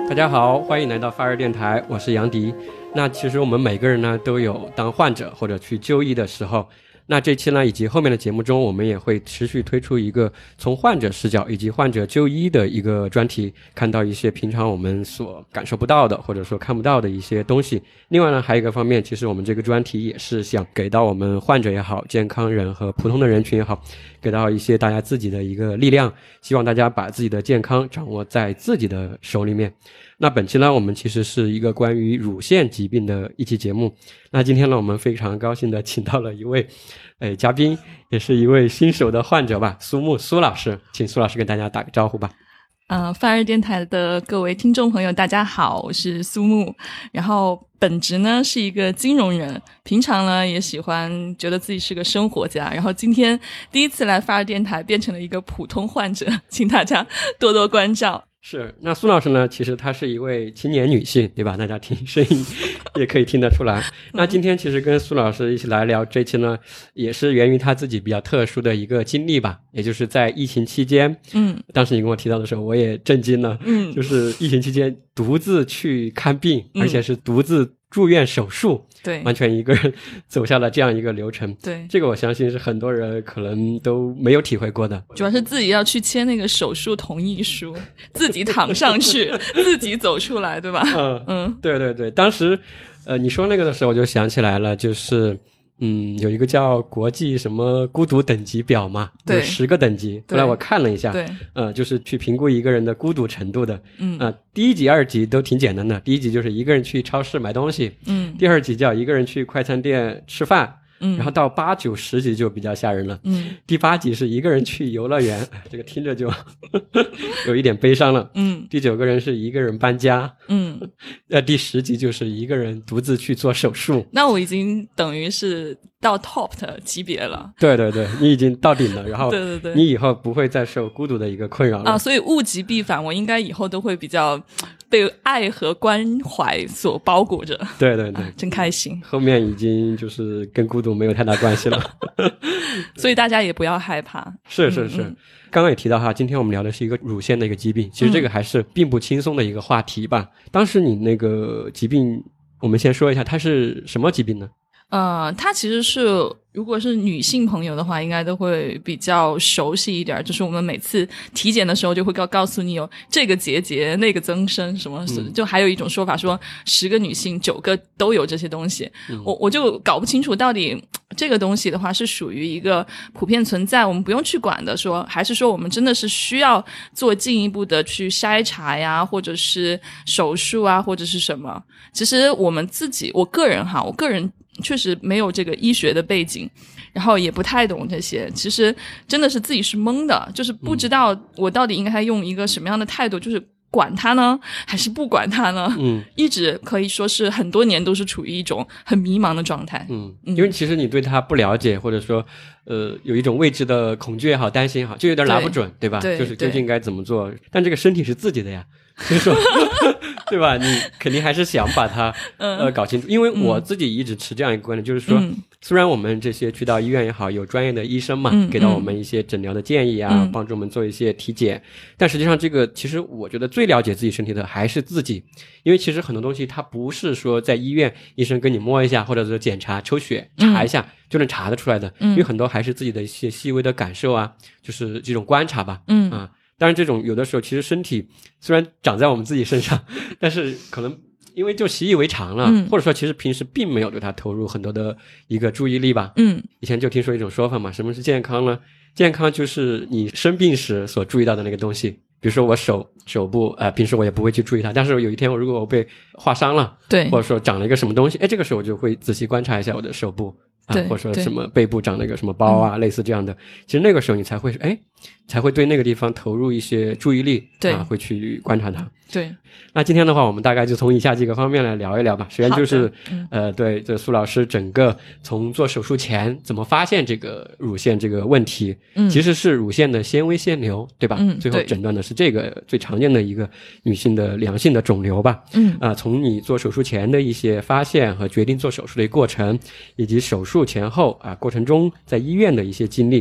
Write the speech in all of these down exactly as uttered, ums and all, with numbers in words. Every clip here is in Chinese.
大家好，欢迎来到发热电台，我是杨迪。那其实我们每个人呢都有当患者或者去就医的时候，那这期呢以及后面的节目中，我们也会持续推出一个从患者视角以及患者就医的一个专题，看到一些平常我们所感受不到的或者说看不到的一些东西。另外呢还有一个方面，其实我们这个专题也是想给到我们患者也好，健康人和普通的人群也好，给到一些大家自己的一个力量，希望大家把自己的健康掌握在自己的手里面。那本期呢我们其实是一个关于乳腺疾病的一期节目。那今天呢我们非常高兴的请到了一位诶嘉宾，也是一位新手的患者吧，苏木苏老师，请苏老师跟大家打个招呼吧。 呃，发热电台的各位听众朋友大家好，我是苏木，然后本职呢是一个金融人，平常呢也喜欢觉得自己是个生活家，然后今天第一次来发热电台变成了一个普通患者，请大家多多关照。 是，那苏老师呢其实她是一位青年女性，对吧？大家听声音也可以听得出来。那今天其实跟苏老师一起来聊这期呢，也是源于她自己比较特殊的一个经历吧，也就是在疫情期间，嗯，当时你跟我提到的时候我也震惊了，嗯，就是疫情期间独自去看病，嗯，而且是独自住院手术， 对， 完全一个人走下了这样一个流程。 对， 这个我相信是很多人可能都没有体会过的。 主要是自己要去签那个手术同意书，自己躺上去，自己走出来，对吧？ 嗯嗯，对对对，当时呃你说那个的时候我就想起来了，就是嗯，有一个叫国际什么孤独等级表嘛，有十个等级。后来我看了一下，对，呃，就是去评估一个人的孤独程度的。嗯，呃，第一级、二级都挺简单的。第一级就是一个人去超市买东西，嗯，第二级叫一个人去快餐店吃饭。嗯，然后到八九十级就比较吓人了。嗯，第八级是一个人去游乐园，这个听着就有一点悲伤了。嗯，第九个人是一个人搬家。嗯，呃，第十级就是一个人独自去做手术。 那我已经等于是到 top 的级别了。 对对对，你已经到顶了，然后对对对， 你以后不会再受孤独的一个困扰了。 啊，所以物极必反，我应该以后都会比较被爱和关怀所包裹着。 对对对， 啊，真开心。 后面已经就是跟孤独没有太大关系了。 所以大家也不要害怕。 是是是，嗯嗯，刚刚也提到哈，今天我们聊的是一个乳腺的一个疾病，其实这个还是并不轻松的一个话题吧。嗯，当时你那个疾病我们先说一下它是什么疾病呢？ 呃，它其实是如果是女性朋友的话应该都会比较熟悉一点，就是我们每次体检的时候就会告告诉你有这个结节那个增生什么，嗯，就还有一种说法说十个女性九个都有这些东西。嗯，我我就搞不清楚到底这个东西的话是属于一个普遍存在我们不用去管的说，还是说我们真的是需要做进一步的去筛查呀，或者是手术啊，或者是什么。其实我们自己我个人哈我个人确实没有这个医学的背景，然后也不太懂这些，其实真的是自己是懵的，就是不知道我到底应该用一个什么样的态度，就是管它呢还是不管它呢？嗯，一直可以说是很多年都是处于一种很迷茫的状态。 嗯，因为其实你对它不了解，或者说呃有一种未知的恐惧也好，担心也好，就有点拿不准， 对, 对吧？ 对， 就是究竟该怎么做？但这个身体是自己的呀。就是说对吧，你肯定还是想把它呃搞清楚。因为我自己一直持这样一个观点，就是说虽然我们这些去到医院也好，有专业的医生嘛，给到我们一些诊疗的建议啊，帮助我们做一些体检，但实际上这个其实我觉得最了解自己身体的还是自己。因为其实很多东西它不是说在医院医生跟你摸一下或者是检查抽血查一下就能查得出来的，因为很多还是自己的一些细微的感受啊，就是这种观察吧。嗯啊，当然这种有的时候其实身体虽然长在我们自己身上，但是可能因为就习以为常了，嗯，或者说其实平时并没有对它投入很多的一个注意力吧。嗯，以前就听说一种说法嘛，什么是健康呢？健康就是你生病时所注意到的那个东西。比如说我手手部呃平时我也不会去注意它，但是有一天我如果我被划伤了，对，或者说长了一个什么东西，哎，这个时候我就会仔细观察一下我的手部啊，或者说什么背部长了一个什么包啊，类似这样的。其实那个时候你才会哎才会对那个地方投入一些注意力，对啊，会去观察它。 对， 那今天的话我们大概就从以下几个方面来聊一聊吧。首先就是呃对这苏老师整个从做手术前怎么发现这个乳腺这个问题，嗯，其实是乳腺的纤维腺瘤，对吧？嗯，最后诊断的是这个最常见的一个女性的良性的肿瘤吧。嗯啊、呃，从你做手术前的一些发现和决定做手术的一个过程，以及手术前后啊、呃、过程中在医院的一些经历。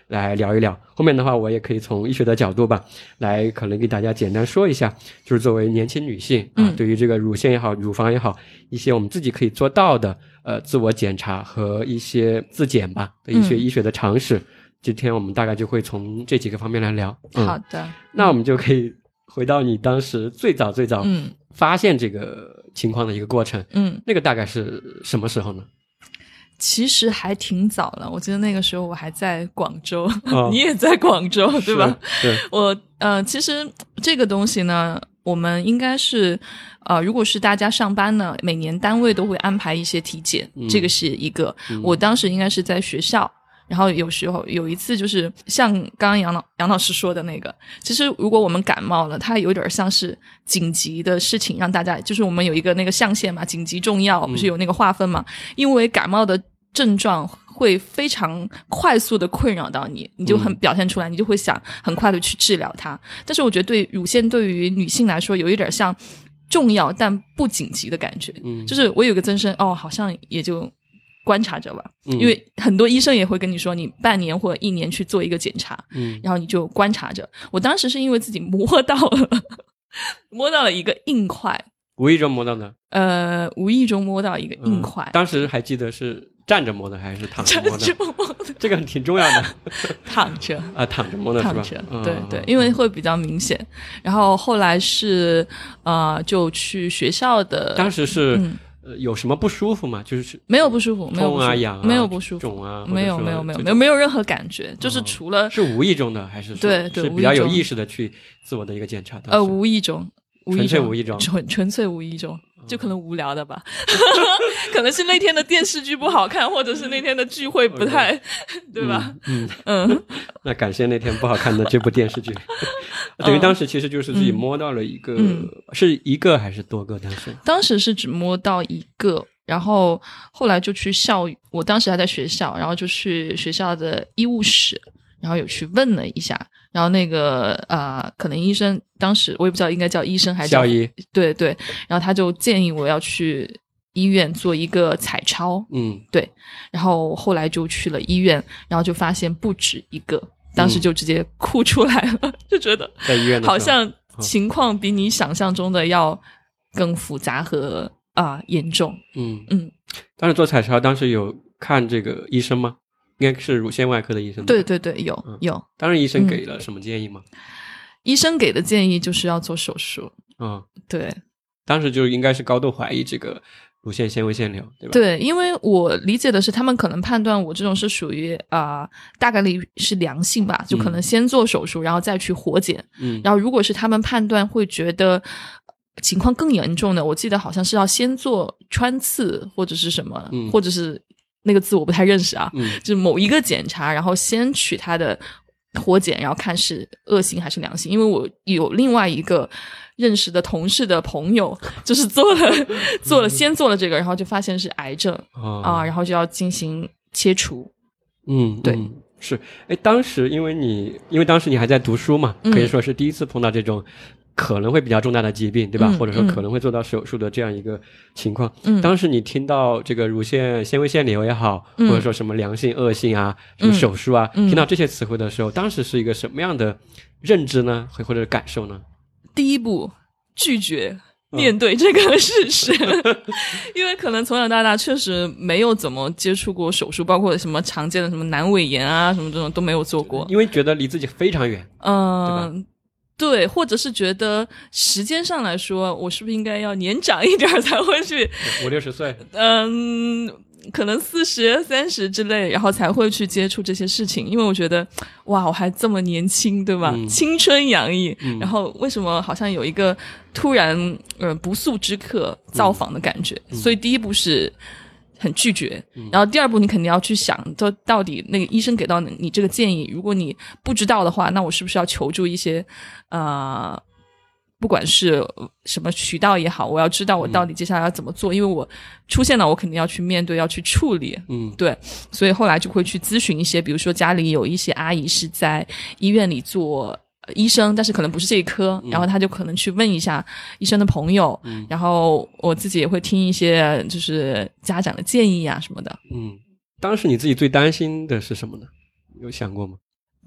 来聊一聊。后面的话我也可以从医学的角度吧来可能给大家简单说一下，就是作为年轻女性啊、 嗯， 对于这个乳腺也好乳房也好一些我们自己可以做到的呃自我检查和一些自检吧的一些医学的常识、嗯、今天我们大概就会从这几个方面来聊、嗯、 好的。 那我们就可以回到你当时最早最早嗯发现这个情况的一个过程， 嗯， 那个大概是什么时候呢？ 其实还挺早了，我记得那个时候我还在广州、 哦、 你也在广州对吧？ 是是我呃，其实这个东西呢，我们应该是呃，如果是大家上班呢，每年单位都会安排一些体检、嗯、这个是一个、嗯、我当时应该是在学校，然后有时候有一次就是像刚刚杨老杨老师说的那个，其实如果我们感冒了，它有点像是紧急的事情，让大家就是我们有一个那个象限嘛，紧急重要不是有那个划分嘛、嗯、因为感冒的症状会非常快速的困扰到你，你就很表现出来、嗯、你就会想很快的去治疗它。但是我觉得对乳腺对于女性来说有一点像重要但不紧急的感觉、嗯、就是我有个增生哦，好像也就观察着吧、嗯、因为很多医生也会跟你说你半年或者一年去做一个检查、嗯、然后你就观察着。我当时是因为自己摸到了摸到了一个硬块， 无意中摸到的呃，无意中摸到一个硬块、嗯、 当时还记得是站着摸的还是躺着摸的？ 站着摸的， 这个挺重要的。 躺着啊，躺着摸的是吧？ 躺着，对对，因为会比较明显。然后后来是呃，就去学校的。 当时是、嗯呃、有什么不舒服吗？就是没有不舒服，没有痛啊痒啊， 没有不舒服， 肿啊， 没有没有没有没有没有任何感觉，就是除了、 哦、是无意中的还是说对对是比较有意识的去自我的一个检查？ 呃，无意中。 纯粹无意中， 纯纯粹无意中，就可能无聊的吧，可能是那天的电视剧不好看，或者是那天的聚会不太， okay. 对吧？ 嗯 嗯, 嗯那感谢那天不好看的这部电视剧，等于当时其实就是自己摸到了一个，嗯、是一个还是多个？当时当时是只摸到一个，然后后来就去校，我当时还在学校，然后就去学校的医务室，然后有去问了一下。然后那个呃，可能医生当时我也不知道应该叫医生还是校医， 对对，然后他就建议我要去医院做一个彩超， 嗯， 对，然后后来就去了医院，然后就发现不止一个，当时就直接哭出来了，嗯、就觉得在医院好像情况比你想象中的要更复杂和啊、呃、严重， 嗯嗯。 当时做彩超，当时有看这个医生吗？应该是乳腺外科的医生。 对对对，有、嗯、有。 当时医生给了什么建议吗？ 嗯、医生给的建议就是要做手术。 嗯， 对。 当时就应该是高度怀疑这个乳腺纤维腺瘤，对吧？ 对，因为我理解的是他们可能判断我这种是属于啊、呃、大概率是良性吧，就可能先做手术、嗯、然后再去活检。嗯。然后如果是他们判断会觉得情况更严重的，我记得好像是要先做穿刺或者是什么、嗯、或者是那个字我不太认识啊、嗯、就是某一个检查，然后先取它的活检，然后看是恶性还是良性。因为我有另外一个认识的同事的朋友就是做了做了先做了这个，然后就发现是癌症、哦、啊，然后就要进行切除。 嗯， 对， 嗯是。哎，当时因为你因为当时你还在读书嘛，可以说是第一次碰到这种可能会比较重大的疾病，对吧、嗯、或者说可能会做到手术的这样一个情况、嗯、当时你听到这个乳腺纤维腺瘤也好、嗯、或者说什么良性恶性啊、什么手术啊、嗯、听到这些词汇的时候、嗯、当时是一个什么样的认知呢，或者感受呢？ 第一步拒绝面对这个事实、嗯、因为可能从小到大确实没有怎么接触过手术，包括什么常见的什么阑尾炎啊什么这种都没有做过， 因为觉得离自己非常远，嗯，对吧？ 对，或者是觉得时间上来说我是不是应该要年长一点才会去五六十岁， 嗯，可能四十三十之类，然后才会去接触这些事情。因为我觉得哇我还这么年轻，对吧、嗯、青春洋溢、嗯、然后为什么好像有一个突然呃不速之客造访的感觉、嗯、所以第一步是很拒绝、嗯、然后第二步你肯定要去想到到底那个医生给到你这个建议，如果你不知道的话，那我是不是要求助一些呃不管是什么渠道也好，我要知道我到底接下来要怎么做、嗯、因为我出现了我肯定要去面对要去处理，嗯，对，所以后来就会去咨询一些，比如说家里有一些阿姨是在医院里做医生，但是可能不是这一科、嗯、然后他就可能去问一下医生的朋友、嗯、然后我自己也会听一些就是家长的建议啊什么的。 嗯，当时你自己最担心的是什么呢？有想过吗？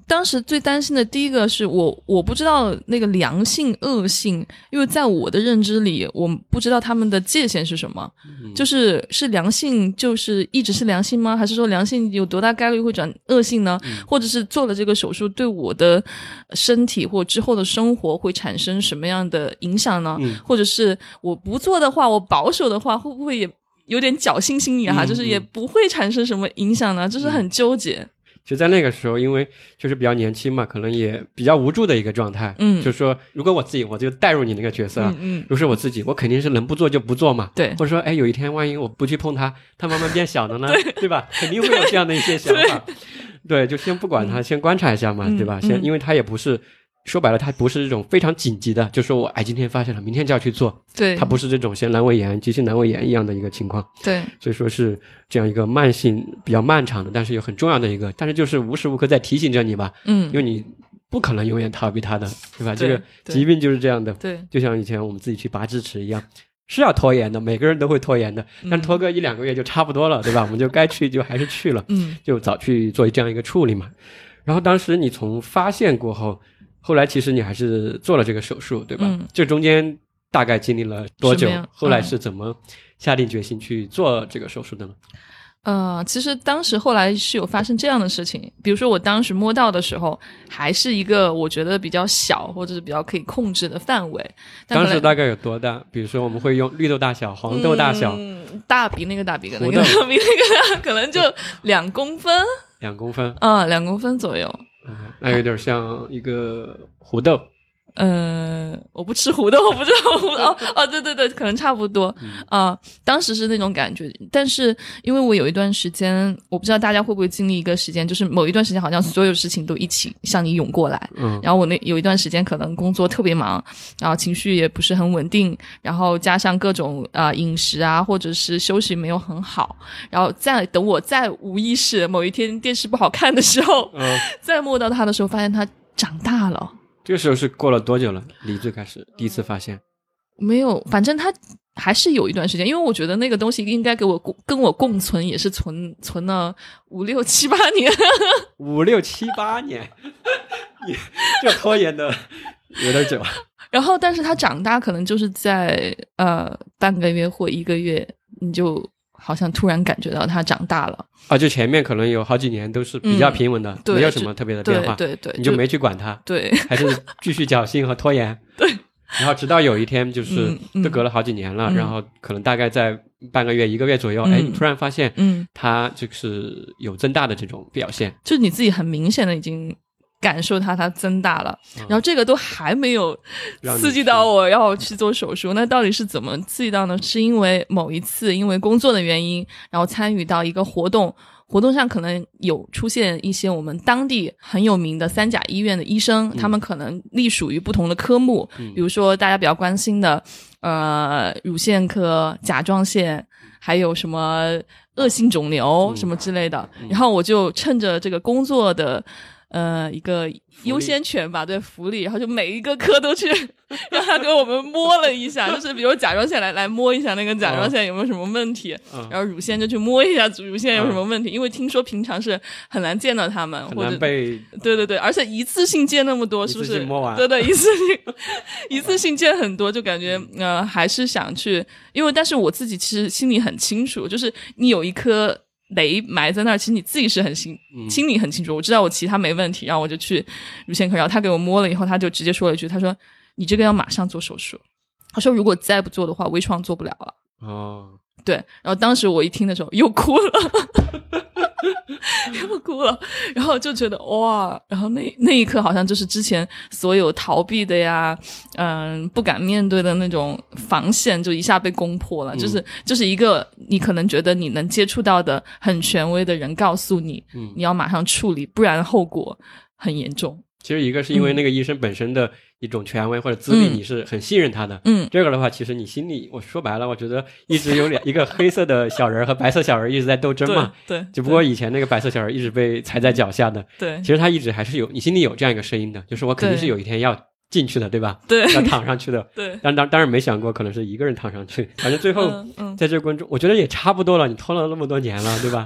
当时最担心的第一个是我我不知道那个良性恶性，因为在我的认知里我不知道他们的界限是什么、嗯、就是是良性就是一直是良性吗？还是说良性有多大概率会转恶性呢、嗯、或者是做了这个手术对我的身体或之后的生活会产生什么样的影响呢、嗯、或者是我不做的话，我保守的话会不会也有点侥幸心理哈、嗯，就是也不会产生什么影响呢，就是很纠结。 其实在那个时候，因为就是比较年轻嘛，可能也比较无助的一个状态。嗯，就是说，如果我自己，我就带入你那个角色，嗯嗯，如果是我自己，我肯定是能不做就不做嘛。对，或者说，哎，有一天万一我不去碰它，它慢慢变小了呢，对, 对吧？肯定会有这样的一些想法。对，对就先不管它，先观察一下嘛，嗯、对吧？先，因为它也不是。说白了它不是这种非常紧急的，就说我哎今天发现了明天就要去做，对，它不是这种像阑尾炎急性阑尾炎一样的一个情况，对，所以说是这样一个慢性比较漫长的但是又很重要的一个，但是就是无时无刻在提醒着你吧，嗯，因为你不可能永远逃避它的，对吧？对，这个疾病就是这样的，对，就像以前我们自己去拔智齿一样，是要拖延的，每个人都会拖延的，但拖个一两个月就差不多了，对吧？我们就该去就还是去了，嗯，就早去做这样一个处理嘛。然后当时你从发现过后后来其实你还是做了这个手术，对吧？嗯，这中间大概经历了多久？后来是怎么下定决心去做这个手术的呢？ 呃，其实当时后来是有发生这样的事情，比如说我当时摸到的时候，还是一个我觉得比较小或者是比较可以控制的范围。 当时大概有多大？比如说我们会用绿豆大小、黄豆大小， 嗯，大比那个大比那个比那个大，可能就两公分， 两公分， 啊、嗯，两公分左右。 嗯，那有点像一个胡豆。 呃，我不吃胡豆，我不知道胡豆哦哦，对对对，可能差不多啊、嗯呃。当时是那种感觉，但是因为我有一段时间，我不知道大家会不会经历一个时间，就是某一段时间好像所有事情都一起向你涌过来。嗯，然后我那有一段时间可能工作特别忙，然后情绪也不是很稳定，然后加上各种啊、呃、饮食啊或者是休息没有很好，然后再等我再无意识某一天电视不好看的时候，嗯，再摸到它的时候，发现它长大了。 这个时候是过了多久了？离最开始第一次发现没有，反正它还是有一段时间，因为我觉得那个东西应该给我跟我共存，也是存存了五六七八年， 五六七八年，这拖延的有点久。 然后，但是它长大可能就是在呃半个月或一个月，你就好像突然感觉到它长大了。 啊，就前面可能有好几年都是比较平稳的、嗯、没有什么特别的变化， 对 对, 对你就没去管它，对，还是继续侥幸和拖延，对，然后直到有一天就是都隔了好几年了、嗯、然后可能大概在半个月一个月左右，哎、嗯，你突然发现嗯，它就是有增大的这种表现， 就是你自己很明显的已经感受它它增大了、嗯、然后这个都还没有刺激到我要去做手术，那到底是怎么刺激到呢？是因为某一次因为工作的原因，然后参与到一个活动，活动上可能有出现一些我们当地很有名的三甲医院的医生、嗯、他们可能隶属于不同的科目、嗯、比如说大家比较关心的呃乳腺科、甲状腺，还有什么恶性肿瘤、嗯、什么之类的、嗯、然后我就趁着这个工作的呃，一个优先权吧，对，福利，然后就每一个科都去让他给我们摸了一下，就是比如甲状腺来来摸一下那个甲状腺有没有什么问题、哦、然后乳腺就去摸一下乳腺有什么问题、哦、因为听说平常是很难见到他们， 很难被， 对对对，而且一次性见那么多，是不是？ 一次性摸完， 对对，一次性一次性见很多，就感觉呃还是想去，因为但是我自己其实心里很清楚，就是你有一颗雷埋在那儿，其实你自己是很心、嗯、心里很清楚，我知道我其他没问题，然后我就去乳腺科，然后他给我摸了以后，他就直接说了一句，他说你这个要马上做手术，他说如果再不做的话微创做不了了。哦，对，然后当时我一听的时候又哭了又哭了，然后就觉得哇，然后那那一刻好像就是之前所有逃避的呀嗯，不敢面对的那种防线就一下被攻破了、嗯、就是就是一个你可能觉得你能接触到的很权威的人告诉你、嗯、你要马上处理，不然后果很严重。 其实一个是因为那个医生本身的一种权威或者资历、嗯、你是很信任他的，嗯，这个的话其实你心里，我说白了我觉得一直有两一个黑色的小人和白色小人一直在斗争嘛，对，对，只不过以前那个白色小人一直被踩在脚下的，对，其实他一直还是有你心里有这样一个声音的，就是我肯定是有一天要进去的，对吧？对，要躺上去的，对，但当当然没想过可能是一个人躺上去，反正最后、嗯嗯、在这个过程中我觉得也差不多了，你拖了那么多年了，对吧？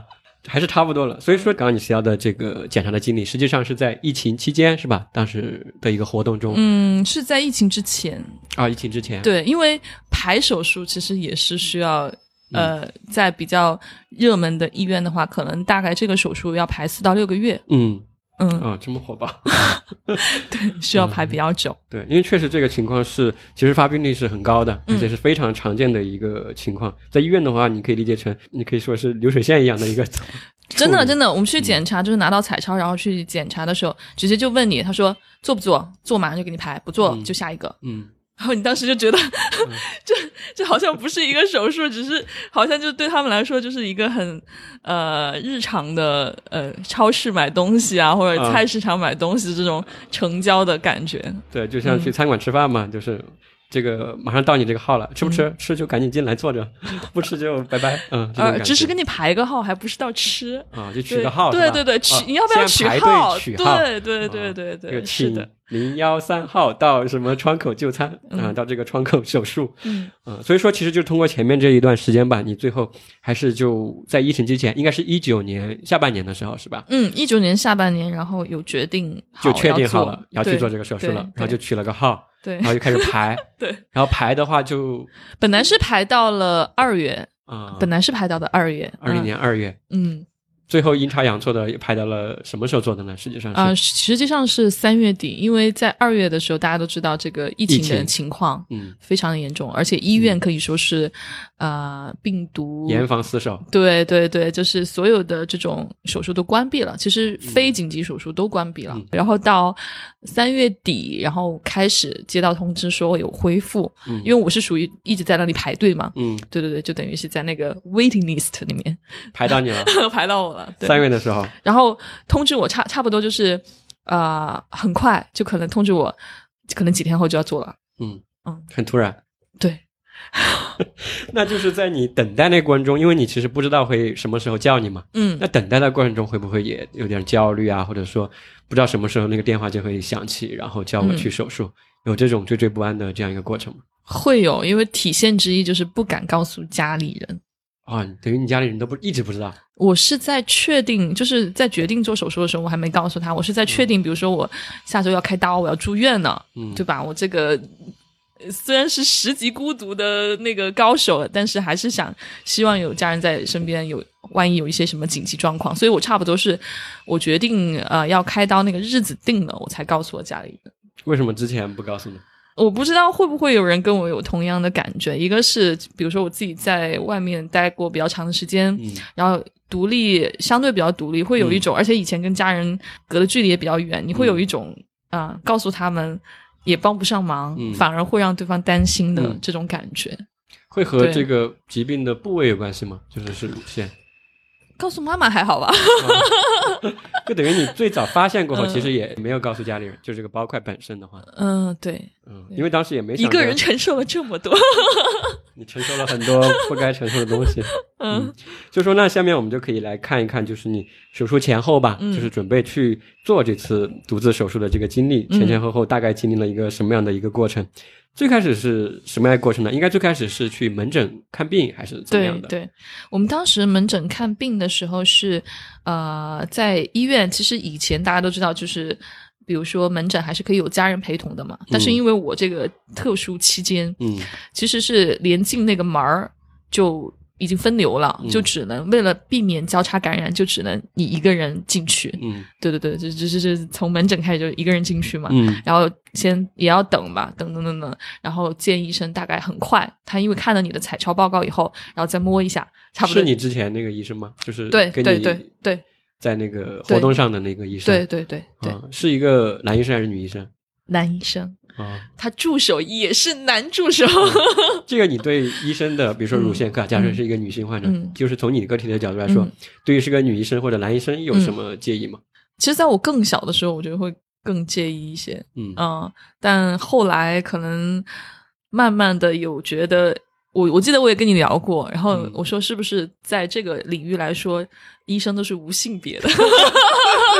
还是差不多了。所以说刚刚你提到的这个检查的经历实际上是在疫情期间是吧，当时的一个活动中。 嗯，是在疫情之前啊，疫情之前。 对，因为排手术其实也是需要呃，在比较热门的医院的话，可能大概这个手术要排四到六个月。 嗯嗯啊，这么火爆。 对，需要排比较久、 嗯、对，因为确实这个情况是其实发病率是很高的，而且是非常常见的一个情况、嗯、在医院的话你可以理解成你可以说是流水线一样的一个真的真的我们去检查、嗯、就是拿到彩超然后去检查的时候直接就问你，他说做不做，做马上就给你排，不做就下一个。嗯，然后你当时就觉得、嗯、这这好像不是一个手术，只是好像就对他们来说就是一个很呃日常的呃超市买东西啊或者菜市场买东西这种成交的感觉、嗯、 对，就像去餐馆吃饭嘛、嗯、就是这个马上到你这个号了，吃不吃、嗯、吃就赶紧进来坐着，不吃就拜拜。嗯， 呃，只是给你排个号还不是到吃啊，就取个号。 对对对，取、啊、你要不要取号？ 取号对对对对对、 啊、 是的。 零幺三号到什么窗口就餐啊、嗯，到这个窗口手术。嗯、呃、所以说其实就通过前面这一段时间吧，你最后还是就在疫情之前，应该是一九年下半年的时候是吧？ 嗯，一九年下半年，然后有决定好就确定好了要去做这个手术了，然后就取了个号。对，然后就开始排。 对， 然后排的话就本来是排到了二月啊、嗯，本来是排到的二月， 二零年二月。 嗯。 最后阴差阳错的也排到了什么时候做的呢？实际上是啊、呃，实际上是三月底，因为在二月的时候，大家都知道这个疫情的情况，嗯，非常的严重，而且医院可以说是，嗯、呃，病毒严防死守。 对对对，就是所有的这种手术都关闭了，其实非紧急手术都关闭了。嗯、然后到三月底，然后开始接到通知说有恢复，嗯，因为我是属于一直在那里排队嘛，嗯，对对对，就等于是在那个 waiting list 里面排到你了， 排到我了。 三月的时候， 然后通知我差差不多就是呃很快就可能通知我可能几天后就要做了。 嗯嗯，很突然。 对。 那就是在你等待那个过程中，因为你其实不知道会什么时候叫你嘛，嗯，那等待的过程中会不会也有点焦虑啊，或者说不知道什么时候那个电话就会响起，然后叫我去手术、嗯、有这种惴惴不安的这样一个过程吗？ 会有，因为体现之一就是不敢告诉家里人。 啊、哦，等于你家里人都不一直不知道。 我是在确定，就是在决定做手术的时候，我还没告诉他。我是在确定，嗯、比如说我下周要开刀，我要住院呢，嗯，对吧？我这个虽然是十级孤独的那个高手，但是还是想希望有家人在身边，有万一有一些什么紧急状况，所以我差不多是我决定呃要开刀那个日子定了，我才告诉我家里人。 为什么之前不告诉你？ 我不知道会不会有人跟我有同样的感觉，一个是比如说我自己在外面待过比较长的时间、嗯、然后独立相对比较独立，会有一种、嗯、而且以前跟家人隔的距离也比较远，你会有一种啊、呃，告诉他们也帮不上忙、嗯、反而会让对方担心的这种感觉、嗯、 会和这个疾病的部位有关系吗？就是是乳腺。 告诉妈妈还好吧、 哦、就等于你最早发现过后、嗯、其实也没有告诉家里人，就这个包块本身的话。 嗯，对， 嗯，因为当时也没想一个人承受了这么多你承受了很多不该承受的东西。嗯, 嗯，就说那下面我们就可以来看一看，就是你手术前后吧、嗯、就是准备去做这次独自手术的这个经历、嗯、前前后后大概经历了一个什么样的一个过程。最开始是什么样的过程呢？应该最开始是去门诊看病还是怎么样的？ 对对，我们当时门诊看病的时候是呃在医院，其实以前大家都知道就是比如说门诊还是可以有家人陪同的嘛，但是因为我这个特殊期间嗯，其实是连进那个门儿就已经分流了、嗯、就只能为了避免交叉感染就只能你一个人进去。嗯，对对对，就就是从门诊开始就一个人进去嘛。嗯，然后先也要等吧，等等等等，然后见医生大概很快，他因为看了你的彩超报告以后，然后再摸一下，差不多。 是你之前那个医生吗？就是对对对对， 在那个活动上的那个医生。 对对对 对, 对、 啊，是一个男医生还是女医生？ 男医生。哦，他助手也是男助手、 嗯、这个你对医生的比如说乳腺科、嗯、假设是一个女性患者、嗯、就是从你个体的角度来说、嗯、对于是个女医生或者男医生有什么介意吗？ 其实在我更小的时候我觉得会更介意一些。嗯、呃、但后来可能慢慢的有觉得我我记得我也跟你聊过，然后我说是不是在这个领域来说医生都是无性别的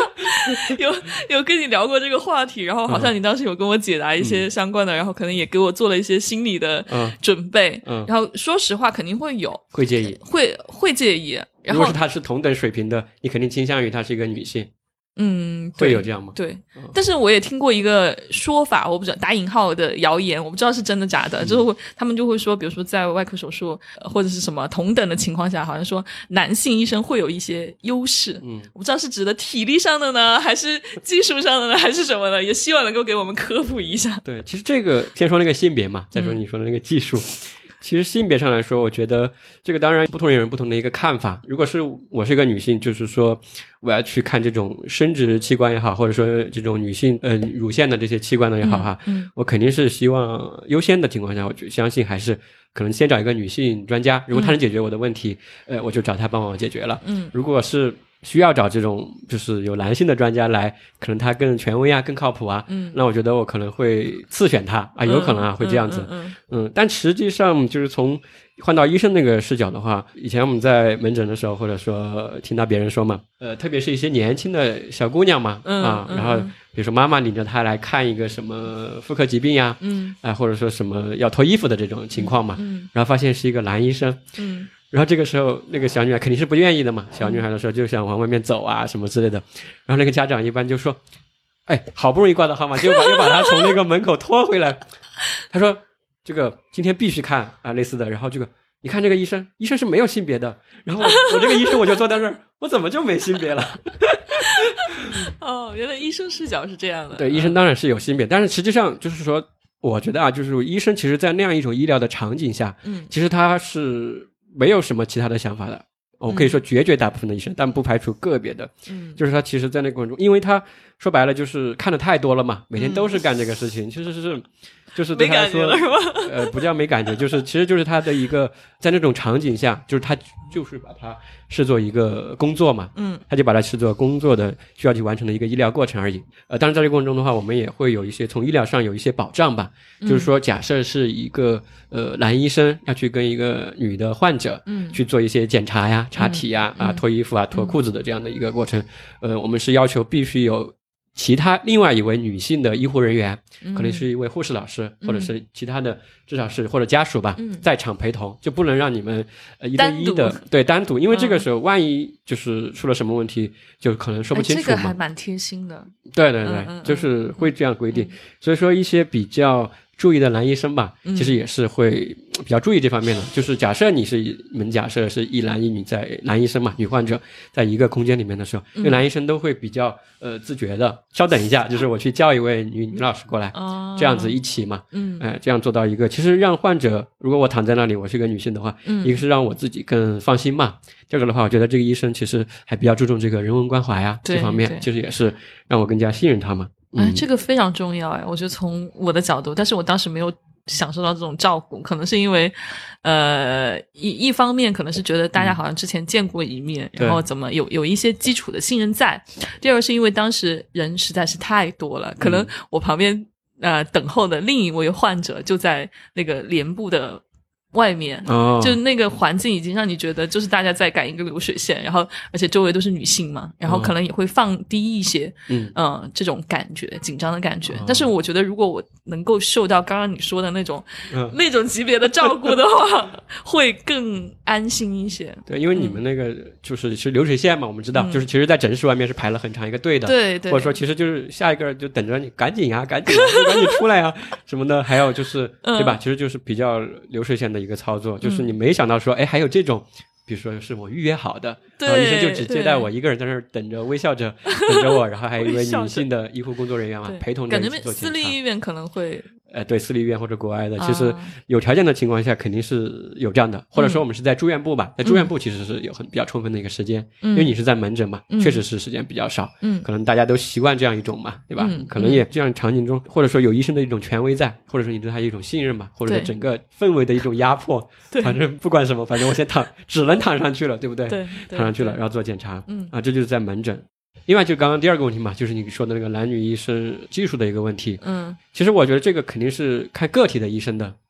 有有跟你聊过这个话题，然后好像你当时有跟我解答一些相关的、嗯、然后可能也给我做了一些心理的准备、嗯嗯、然后说实话肯定会有会介意会会介意，然后如果是他是同等水平的，你肯定倾向于他是一个女性。 嗯， 会有这样吗？ 对、嗯，但是我也听过一个说法，我不知道打引号的谣言，我不知道是真的假的，嗯、就是他们就会说，比如说在外科手术或者是什么同等的情况下，好像说男性医生会有一些优势。嗯，我不知道是指的体力上的呢，还是技术上的呢，还是什么的，也希望能够给我们科普一下。 对，其实这个先说那个性别嘛，再说你说的那个技术。嗯其实性别上来说，我觉得这个当然不同人有不同的一个看法。如果是我是一个女性，就是说我要去看这种生殖器官也好，或者说这种女性呃乳腺的这些器官的也好哈、嗯嗯，我肯定是希望优先的情况下，我就相信还是可能先找一个女性专家，如果她能解决我的问题，嗯、呃，我就找她帮我解决了。嗯，如果是需要找这种就是有男性的专家来，可能他更权威啊，更靠谱啊，嗯，那我觉得我可能会次选他啊，有可能啊、嗯、会这样子，嗯, 嗯, 嗯, 嗯但实际上就是从换到医生那个视角的话，以前我们在门诊的时候，或者说听到别人说嘛，呃，特别是一些年轻的小姑娘嘛，嗯啊，然后比如说妈妈领着她来看一个什么妇科疾病呀，嗯，啊，或者说什么要脱衣服的这种情况嘛，嗯，然后发现是一个男医生，嗯。然后这个时候那个小女孩肯定是不愿意的嘛，小女孩的时候就想往外面走啊什么之类的，然后那个家长一般就说，哎，好不容易挂的号码，就把又把她从那个门口拖回来，他说这个今天必须看啊类似的，然后这个你看这个医生，医生是没有性别的，然后我这个医生我就坐在这儿，我怎么就没性别了？ 哦，原来医生视角是这样的。 对，医生当然是有性别，但是实际上就是说，我觉得啊，就是医生其实在那样一种医疗的场景下，嗯，其实他是没有什么其他的想法的。我可以说绝绝大部分的医生、嗯、但不排除个别的、嗯、就是他其实在那个过程中，因为他说白了就是看的太多了嘛，每天都是干这个事情、嗯、其实是就是对他说呃不叫没感觉，就是其实就是他的一个在那种场景下，就是他就是把它视作一个工作嘛，嗯，他就把它视作工作的需要去完成的一个医疗过程而已。呃当然在这个过程中的话，我们也会有一些从医疗上有一些保障吧、嗯、就是说假设是一个呃男医生要去跟一个女的患者嗯去做一些检查呀、查体呀、嗯、啊脱衣服啊、脱裤子的这样的一个过程、嗯、呃我们是要求必须有其他另外一位女性的医护人员、嗯、可能是一位护士老师、嗯、或者是其他的至少是或者家属吧、嗯、在场陪同，就不能让你们呃一对一的对单独，因为这个时候万一就是出了什么问题、嗯、就可能说不清楚嘛、 哎、这个还蛮贴心的。 对对对、嗯嗯、就是会这样规定、嗯、所以说一些比较注意的男医生吧、嗯、其实也是会比较注意这方面的、嗯、就是假设你是你们假设是一男一女，在男医生嘛女患者在一个空间里面的时候，那、嗯、男医生都会比较呃自觉的稍等一下，就是我去叫一位女女老师过来、哦、这样子一起嘛，嗯，哎、呃，这样做到一个其实让患者，如果我躺在那里我是个女性的话、嗯、一个是让我自己更放心嘛，这个的话我觉得这个医生其实还比较注重这个人文关怀啊，这方面其实也是让我更加信任他嘛。 哎，这个非常重要哎！我觉得从我的角度，但是我当时没有享受到这种照顾，可能是因为，呃，一一方面可能是觉得大家好像之前见过一面，嗯、然后怎么有有一些基础的信任在；第二是因为当时人实在是太多了，可能我旁边呃等候的另一位患者就在那个帘布的外面、哦、就那个环境已经让你觉得就是大家在赶一个流水线，然后而且周围都是女性嘛，然后可能也会放低一些嗯、呃、这种感觉紧张的感觉、哦、但是我觉得如果我能够受到刚刚你说的那种、嗯、那种级别的照顾的话会更安心一些。 对，因为你们那个就是是流水线嘛，我们知道、嗯、就是其实在诊室外面是排了很长一个队的， 对对， 或者说其实就是下一个就等着你赶紧啊赶紧啊赶紧出来啊什么的，还有就是、嗯、对吧，其实就是比较流水线的一个操作，就是你没想到说哎还有这种比如说是我预约好的，然后医生就只接待我一个人在那儿等着，微笑着等着我，然后还有一位女性的医护工作人员嘛陪同着一起做检查。 感觉私立医院可能会呃，对，私立医院或者国外的、啊、其实有条件的情况下肯定是有这样的，或者说我们是在住院部吧、嗯、在住院部其实是有很比较充分的一个时间、嗯、因为你是在门诊嘛、嗯、确实是时间比较少，嗯，可能大家都习惯这样一种嘛，对吧、嗯、可能也这样场景中或者说有医生的一种权威在，或者说你对他一种信任嘛，或者说整个氛围的一种压迫，反正不管什么，反正我先躺只能躺上去了，对不对？对，躺上去了然后做检查，嗯啊，这就是在门诊。另外就刚刚第二个问题嘛，就是你说的那个男女医生技术的一个问题，嗯，其实我觉得这个肯定是看个体的医生的，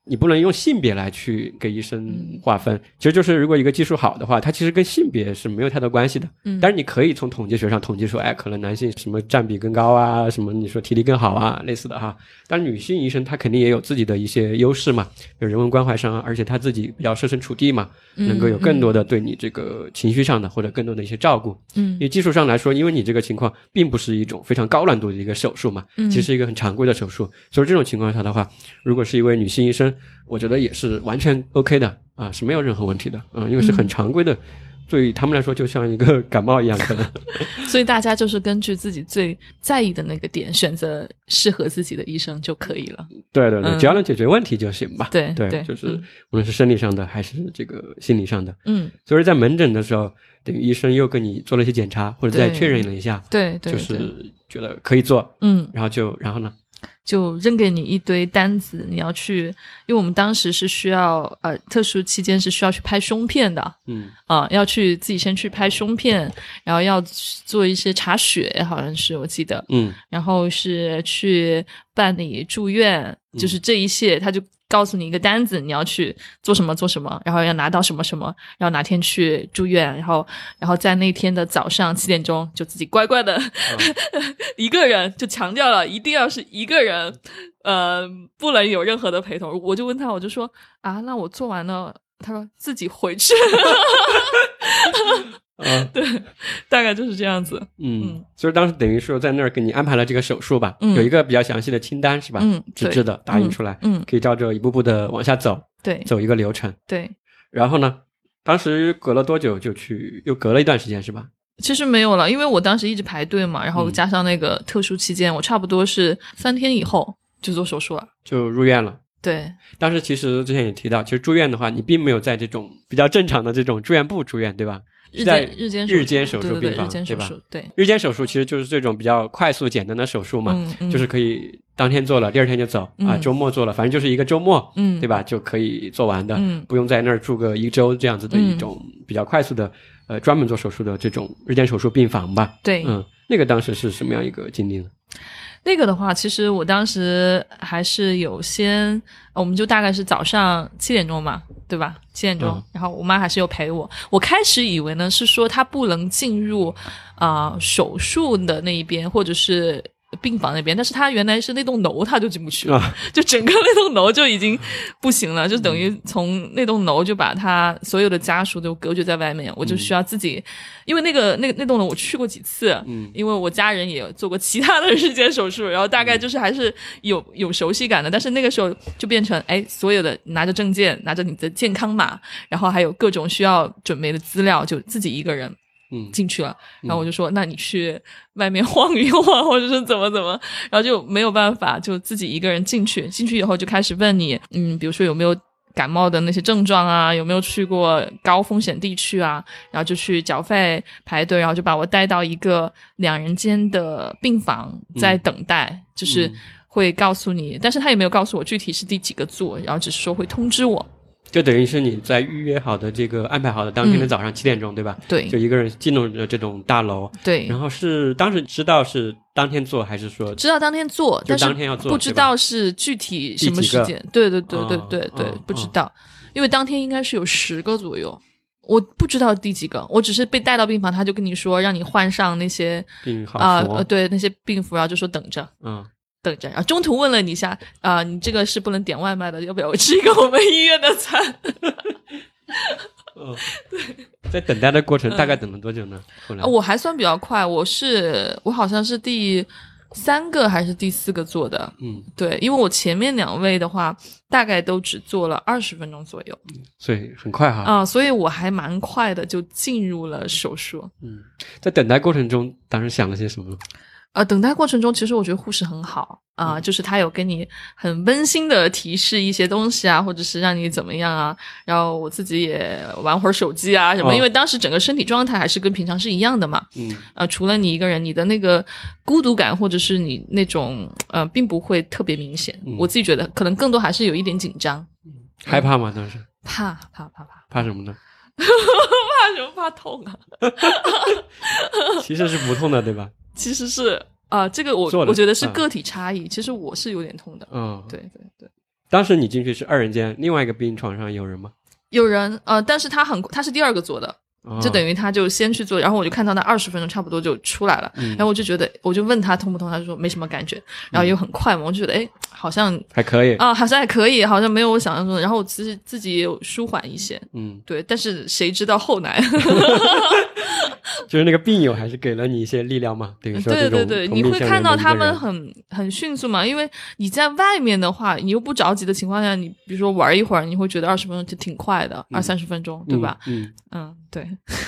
你不能用性别来去给医生划分，其实就是如果一个技术好的话，它其实跟性别是没有太多关系的。嗯，但是你可以从统计学上统计说，哎，可能男性什么占比更高啊，什么你说体力更好啊，类似的哈。但女性医生她肯定也有自己的一些优势嘛，有人文关怀上，而且她自己比较设身处地嘛，能够有更多的对你这个情绪上的或者更多的一些照顾。嗯，因为技术上来说，因为你这个情况并不是一种非常高难度的一个手术嘛，其实是一个很常规的手术，所以这种情况下的话，如果是一位女性医生，我觉得也是完全 OK 的啊，是没有任何问题的，嗯，因为是很常规的，对他们来说就像一个感冒一样可能。 所以大家就是根据自己最在意的那个点选择适合自己的医生就可以了。 对对对、嗯、只要能解决问题就行吧。 对对， 对就是无论是生理上的还是这个心理上的。 嗯， 所以在门诊的时候，等于医生又跟你做了一些检查，或者再确认了一下， 对对， 就是觉得可以做， 嗯， 然后就然后呢？ 就扔给你一堆单子，你要去，因为我们当时是需要呃特殊期间是需要去拍胸片的，嗯啊、呃，要去自己先去拍胸片，然后要做一些查血，好像是我记得，嗯，然后是去办理住院，就是这一切，他就告诉你一个单子，你要去做什么做什么，然后要拿到什么什么，然后哪天去住院，然后然后在那天的早上七点钟就自己乖乖的、嗯、一个人，就强调了一定要是一个人，呃，不能有任何的陪同。我就问他，我就说啊，那我做完了，他说自己回去。啊，对，大概就是这样子。 嗯，嗯所以当时等于说在那儿给你安排了这个手术吧，嗯、有一个比较详细的清单是吧？嗯，纸质的打印出来，嗯，可以照着一步步的往下走， 对， 走一个流程， 对。 然后呢，当时隔了多久就去？又隔了一段时间是吧？ 其实没有了，因为我当时一直排队嘛，然后加上那个特殊期间，嗯、我差不多是三天以后就做手术了， 就入院了。 对， 当时其实之前也提到，其实住院的话，你并没有在这种比较正常的这种住院部住院，对吧？ 日间日间日间手术病房， 对对对，日间手术， 对吧？ 对，日间手术其实就是这种比较快速简单的手术嘛，嗯嗯、就是可以当天做了，第二天就走、嗯、啊，周末做了，反正就是一个周末，嗯，对吧？就可以做完的，嗯，不用在那儿住个一周这样子的一种比较快速的，呃，专门做手术的这种日间手术病房吧。 对， 嗯，那个当时是什么样一个经历呢？ 那个的话，其实我当时还是有先，我们就大概是早上七点钟嘛，对吧？七点钟、嗯，然后我妈还是有陪我。我开始以为呢是说她不能进入啊、呃、手术的那一边，或者是病房那边，但是他原来是那栋楼他就进不去了、啊、就整个那栋楼就已经不行了，就等于从那栋楼就把他所有的家属都隔绝在外面，我就需要自己、嗯、因为那个那个那栋楼我去过几次，嗯，因为我家人也做过其他的日间手术，然后大概就是还是有有熟悉感的，但是那个时候就变成哎，所有的拿着证件，拿着你的健康码，然后还有各种需要准备的资料，就自己一个人嗯，进去了，然后我就说、嗯、那你去外面晃一晃或者是怎么怎么，然后就没有办法，就自己一个人进去，进去以后就开始问你嗯，比如说有没有感冒的那些症状啊，有没有去过高风险地区啊，然后就去缴费排队，然后就把我带到一个两人间的病房在等待、嗯、就是会告诉你、嗯、但是他也没有告诉我具体是第几个座，然后只是说会通知我， 就等于是你在预约好的这个安排好的当天的早上七点钟、嗯、对吧？ 对， 就一个人进入了这种大楼。 对， 然后是当时知道是当天做还是说知道当天做， 就当天要做， 但是不知道是具体什么时间。对对对对对对、哦，不知道、哦，因为当天应该是有十个左右，我不知道第几个，我只是被带到病房，他就跟你说让你换上那些病号啊、呃，对那些病服，然后就说等着， 嗯。 等着，然后中途问了你一下啊、呃，你这个是不能点外卖的，要不要我吃一个我们医院的餐？ 哦，对，在等待的过程大概等了多久呢？后来我还算比较快，我是我好像是第三个还是第四个做的，嗯，对，因为我前面两位的话大概都只做了二十分钟左右， 嗯，所以很快哈啊、呃，所以我还蛮快的就进入了手术。 嗯，在等待过程中，当时想了些什么？ 呃，等待过程中，其实我觉得护士很好啊、呃嗯，就是他有跟你很温馨的提示一些东西啊，或者是让你怎么样啊，然后我自己也玩会儿手机啊什么、哦，因为当时整个身体状态还是跟平常是一样的嘛，嗯，呃，除了你一个人，你的那个孤独感或者是你那种呃，并不会特别明显、嗯，我自己觉得可能更多还是有一点紧张， 嗯，害怕吗？当时怕怕怕怕怕什么呢？ 怕什么？怕痛啊！ 其实是不痛的，对吧？ 其实是啊、呃，这个我我觉得是个体差异、嗯。其实我是有点痛的，嗯，对对对。 当时你进去是二人间，另外一个病床上有人吗？ 有人，呃，但是他很他是第二个做的。就等于他就先去做，然后我就看到他二十分钟差不多就出来了，嗯、然后我就觉得，我就问他痛不痛，他就说没什么感觉，然后又很快嘛，我就觉得哎，好像还可以啊，好像还可以，好像没有我想象中的，然后我其实自己也有舒缓一些，嗯，对，但是谁知道后来， 就是那个病友还是给了你一些力量嘛，等于说对对对，你会看到他们很很迅速嘛，因为你在外面的话，你又不着急的情况下，你比如说玩一会儿，你会觉得二十分钟就挺快的，二三十分钟，对吧？嗯 嗯, 嗯，对。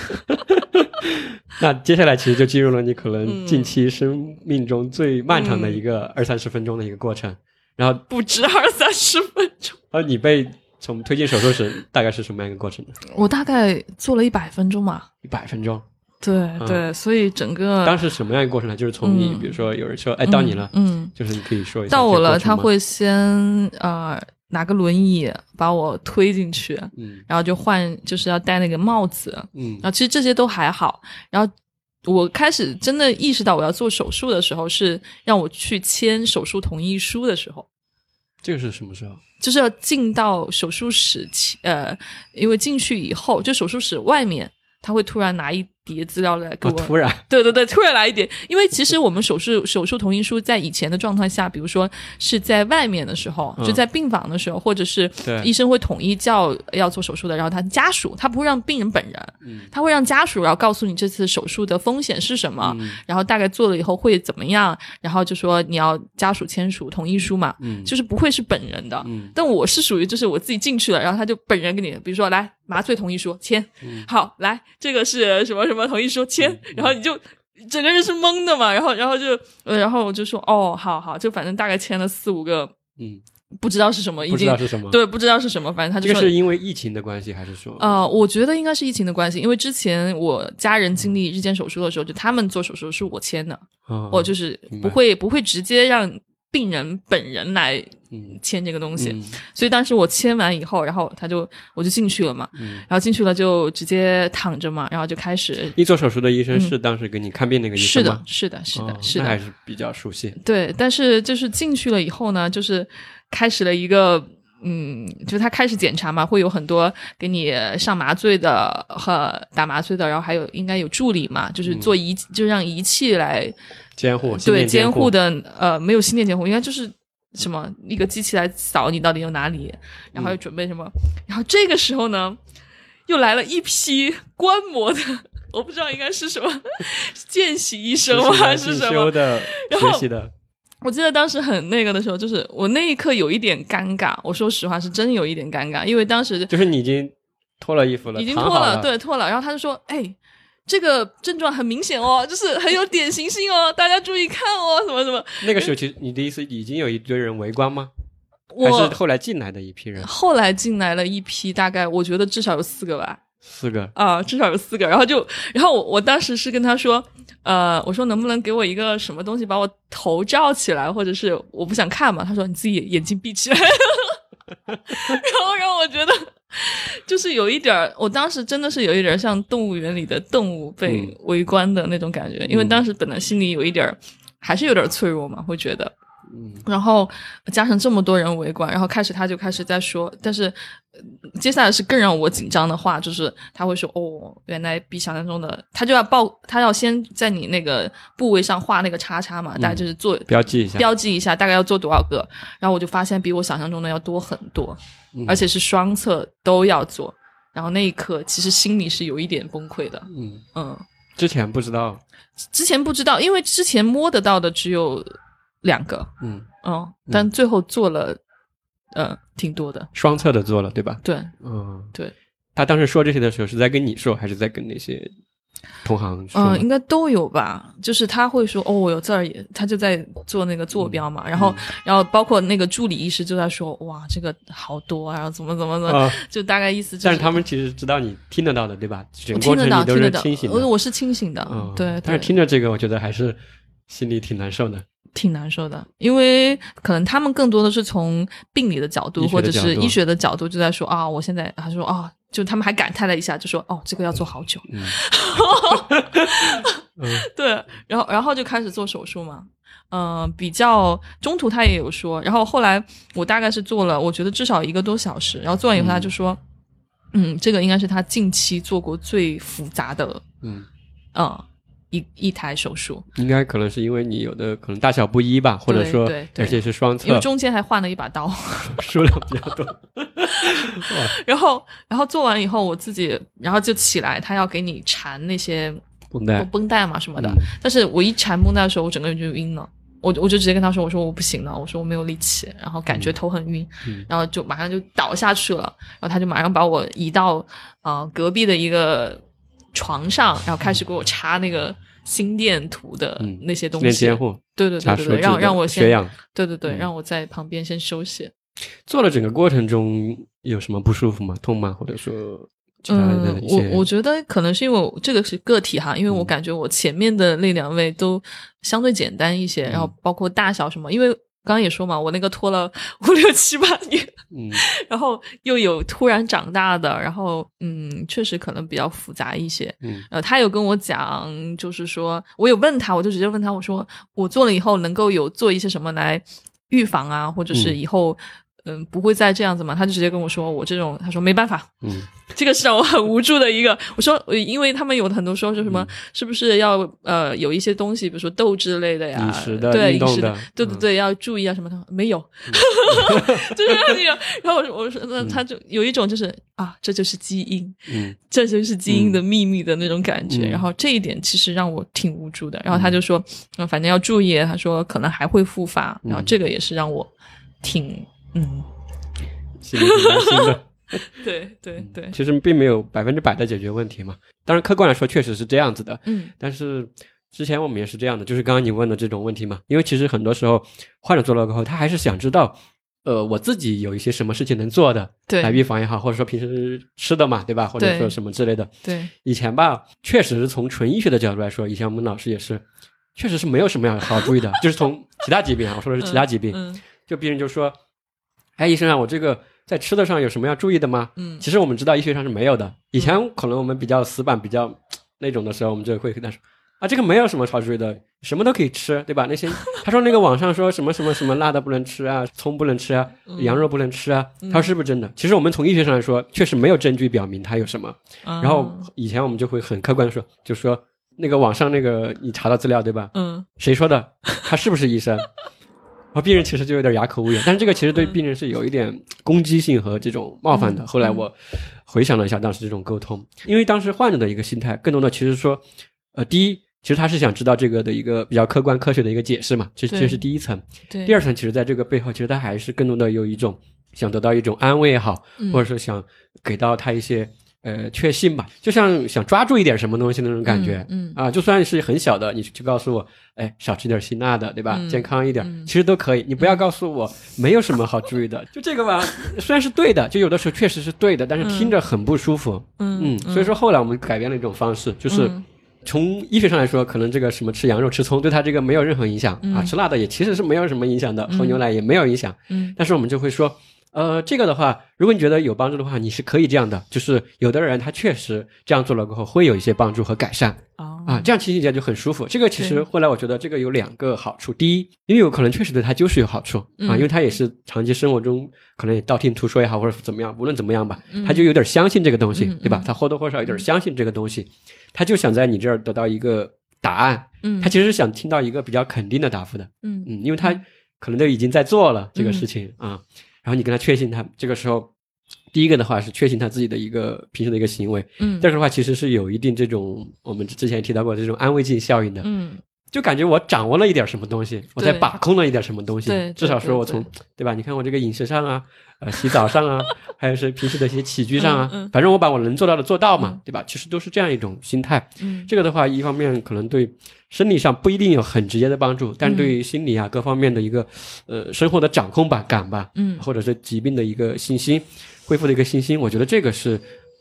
那接下来其实就进入了你可能近期生命中最漫长的一个二三十分钟的一个过程，然后不止二三十分钟。 而你被从推进手术室大概是什么样一个过程呢？ 我大概做了一百分钟嘛。 一百分钟。 对对、嗯，所以整个当时什么样一个过程呢？就是从你、嗯、比如说有人说哎到你了，嗯，就是你可以说一下到我了，他会先呃拿个轮椅把我推进去，嗯，然后就换就是要戴那个帽子，嗯，然后其实这些都还好，然后我开始真的意识到我要做手术的时候是让我去签手术同意书的时候。 这个是什么时候？ 就是要进到手术室，呃，因为进去以后就手术室外面他会突然拿一叠资料来给我、 哦、突然对对对突然来一点，因为其实我们手术手术同意书在以前的状态下，比如说是在外面的时候、嗯、就在病房的时候，或者是医生会统一叫要做手术的，然后他家属他不会让病人本人、嗯、他会让家属然后告诉你这次手术的风险是什么、嗯、然后大概做了以后会怎么样，然后就说你要家属签署同意书嘛、嗯、就是不会是本人的、嗯、但我是属于就是我自己进去了，然后他就本人给你比如说来麻醉同意书签、嗯、好来这个是什么什么同意书签、嗯、然后你就整个人是懵的嘛，然后然后就呃然后我就说哦好好，就反正大概签了四五个嗯不知道是什么，已经不知道是什么， 对不知道是什么，反正他就说这个是因为疫情的关系还是说呃我觉得应该是疫情的关系，因为之前我家人经历日间手术的时候、嗯、就他们做手术是我签的、哦、我就是不会不会直接让病人本人来签这个东西、嗯、所以当时我签完以后，然后他就我就进去了嘛、嗯、然后进去了就直接躺着嘛，然后就开始你做手术的医生是当时给你看病那个医生吗？ 是的是的是的、哦、是的， 那还是比较熟悉。 对，但是就是进去了以后呢，就是开始了一个嗯，就是他开始检查嘛，会有很多给你上麻醉的和打麻醉的，然后还有应该有助理嘛，就是做仪、嗯、就让仪器来监护， 对监护的呃没有心电监护，应该就是什么一个机器来扫你到底有哪里，然后又准备什么、嗯、然后这个时候呢又来了一批观摩的，我不知道应该是什么见习医生吗还是什么的学习的。 我记得当时很那个的时候，就是我那一刻有一点尴尬，我说实话是真有一点尴尬，因为当时就是你已经脱了衣服了， 已经脱了，对，脱了，然后他就说哎这个症状很明显哦，就是很有典型性哦，大家注意看哦，什么什么。 那个时候其实你的意思已经有一堆人围观吗？还是后来进来的一批人？ 后来进来了一批，大概我觉得至少有四个吧。 四个啊，至少有四个。然后就，然后我我当时是跟他说，呃，我说能不能给我一个什么东西把我头罩起来，或者是我不想看嘛？他说你自己眼睛闭起来。然后让我觉得就是有一点，我当时真的是有一点像动物园里的动物被围观的那种感觉、嗯、因为当时本来心里有一点还是有点脆弱嘛，会觉得嗯，然后加上这么多人围观，然后开始他就开始在说，但是接下来是更让我紧张的话，就是他会说哦，原来比想象中的，他就要报，他要先在你那个部位上画那个叉叉嘛，嗯、大概就是做标记一下， 标记一下大概要做多少个，然后我就发现比我想象中的要多很多，嗯、而且是双侧都要做，然后那一刻其实心里是有一点崩溃的，嗯嗯， 之前不知道， 之前不知道，因为之前摸得到的只有两个，嗯嗯，但最后做了。呃，挺多的， 双侧的做了，对吧？ 对， 嗯， 对。 他当时说这些的时候，是在跟你说，还是在跟那些同行说？ 嗯，应该都有吧。就是他会说，哦，有这儿也，他就在做那个坐标嘛。嗯、然后，嗯、然后包括那个助理医师就在说，哇，这个好多啊，然后怎么怎么怎么，啊、就大概意思、就是。 但是他们其实知道你听得到的，对吧？ 我听得到， 都是清醒的。 我我是清醒的，嗯、对, 对。 但是听着这个，我觉得还是心里挺难受的。 挺难受的，因为可能他们更多的是从病理的角度， 角度或者是医学的角度就在说啊，我现在他说啊， 就他们还感叹了一下，就说哦这个要做好久。 嗯对，然后然后就开始做手术嘛。嗯、呃，比较中途他也有说，然后后来我大概是做了，我觉得至少一个多小时，然后做完以后他就说，嗯，嗯这个应该是他近期做过最复杂的，嗯，呃，一一台手术。 应该可能是因为你有的可能大小不一吧，或者说而且是双侧， 因为中间还换了一把刀， 数量比较多。 然后然后做完以后我自己，然后就起来，他要给你缠那些绷带绷带嘛什么的、嗯、但是我一缠绷带的时候我整个人就晕了，我我就直接跟他说，我说我不行了，我说我没有力气，然后感觉头很晕、嗯、然后就马上就倒下去了，然后他就马上把我移到呃隔壁的一个床上，然后开始给我插那个心电图的那些东西， 心电监护， 对对对对对，让让我先血氧， 对对对、嗯，让我在旁边先休息。 做了整个过程中有什么不舒服吗？痛吗？或者说其他的一些、 嗯、我我觉得可能是因为我这个是个体哈，因为我感觉我前面的那两位都相对简单一些、嗯、然后包括大小什么，因为刚刚也说嘛，我那个拖了五六七八年，嗯，然后又有突然长大的，然后嗯，确实可能比较复杂一些，嗯，呃，他有跟我讲，就是说我有问他，我就直接问他，我说我做了以后能够有做一些什么来预防啊，或者是以后。嗯嗯，不会再这样子嘛？他就直接跟我说，我这种，他说没办法，嗯，这个是让我很无助的一个。我说，因为他们有很多说，说什么、嗯、是不是要呃有一些东西，比如说豆之类的呀， 饮食的， 对， 运动的， 饮食的，对对对、嗯，要注意啊什么的。没有，嗯、就是那个。然后我说，那他就有一种就是、嗯、啊，这就是基因，嗯，这就是基因的秘密的那种感觉。嗯、然后这一点其实让我挺无助的。然后他就说，嗯，反正要注意，他说可能还会复发。然后这个也是让我挺。嗯， 心里挺担心的。 对对对， 其实并没有百分之百的解决问题嘛。当然，客观来说确实是这样子的。 嗯， 但是之前我们也是这样的，就是刚刚你问的这种问题嘛。因为其实很多时候患者做了过后，他还是想知道，呃，我自己有一些什么事情能做的， 对， 来预防也好，或者说平时吃的嘛，对吧？或者说什么之类的。 对， 以前吧，确实是从纯医学的角度来说，以前我们老师也是，确实是没有什么要好注意的，就是从其他疾病啊，我说的是其他疾病， 嗯嗯、 就病人就说。哎，医生啊，我这个在吃的上有什么要注意的吗？嗯，其实我们知道医学上是没有的。以前可能我们比较死板、比较那种的时候，我们就会跟他说啊，这个没有什么好注意的，什么都可以吃，对吧？那些他说那个网上说什么什么什么辣的不能吃啊，葱不能吃啊，羊肉不能吃啊，他说是不是真的？其实我们从医学上来说，确实没有证据表明它有什么。然后以前我们就会很客观的说，就说那个网上那个你查到资料对吧？嗯，谁说的？他是不是医生？然后病人其实就有点哑口无言，但是这个其实对病人是有一点攻击性和这种冒犯的。嗯、后来我回想了一下当时这种沟通，因为当时患者的一个心态更多的其实说，呃，第一，其实他是想知道这个的一个比较客观科学的一个解释嘛，这这是第一层。第二层，其实在这个背后，其实他还是更多的有一种想得到一种安慰也好，嗯、或者说想给到他一些。呃，确信吧，就像想抓住一点什么东西那种感觉，嗯, 嗯啊，就算是很小的，你就告诉我，哎，少吃点辛辣的，对吧？嗯、健康一点、嗯，其实都可以。你不要告诉我、嗯、没有什么好注意的，就这个吧，虽然是对的，就有的时候确实是对的，但是听着很不舒服。嗯 嗯, 嗯，所以说后来我们改变了一种方式，就是从医学上来说，可能这个什么吃羊肉、吃葱对他这个没有任何影响、嗯、啊，吃辣的也其实是没有什么影响的，喝牛奶也没有影响。嗯，但是我们就会说。呃，这个的话，如果你觉得有帮助的话，你是可以这样的，就是有的人他确实这样做了过后会有一些帮助和改善、哦、啊，这样听起来就很舒服。这个其实后来我觉得这个有两个好处，第一，因为有可能确实对他就是有好处、嗯、啊，因为他也是长期生活中可能也道听途说也好，或者怎么样，无论怎么样吧，他就有点相信这个东西，嗯、对吧？他或多或少有点相信这个东西，他就想在你这儿得到一个答案，嗯，他其实是想听到一个比较肯定的答复的，嗯嗯，因为他可能都已经在做了这个事情、嗯、啊。然后你跟他确信他这个时候，第一个的话是确信他自己的一个平时的一个行为，嗯，第二个的话其实是有一定这种我们之前提到过这种安慰剂效应的，嗯，就感觉我掌握了一点什么东西，我在把控了一点什么东西， 对， 至少说我从 对, 对, 对吧？你看我这个饮食上啊，呃，洗澡上啊，还有是平时的一些起居上啊，嗯嗯、反正我把我能做到的做到嘛，嗯、对吧？其实都是这样一种心态。嗯，这个的话，一方面可能对生理上不一定有很直接的帮助，但对于心理啊、嗯、各方面的一个呃生活的掌控吧、感吧，嗯，或者是疾病的一个信心、恢复的一个信心，我觉得这个是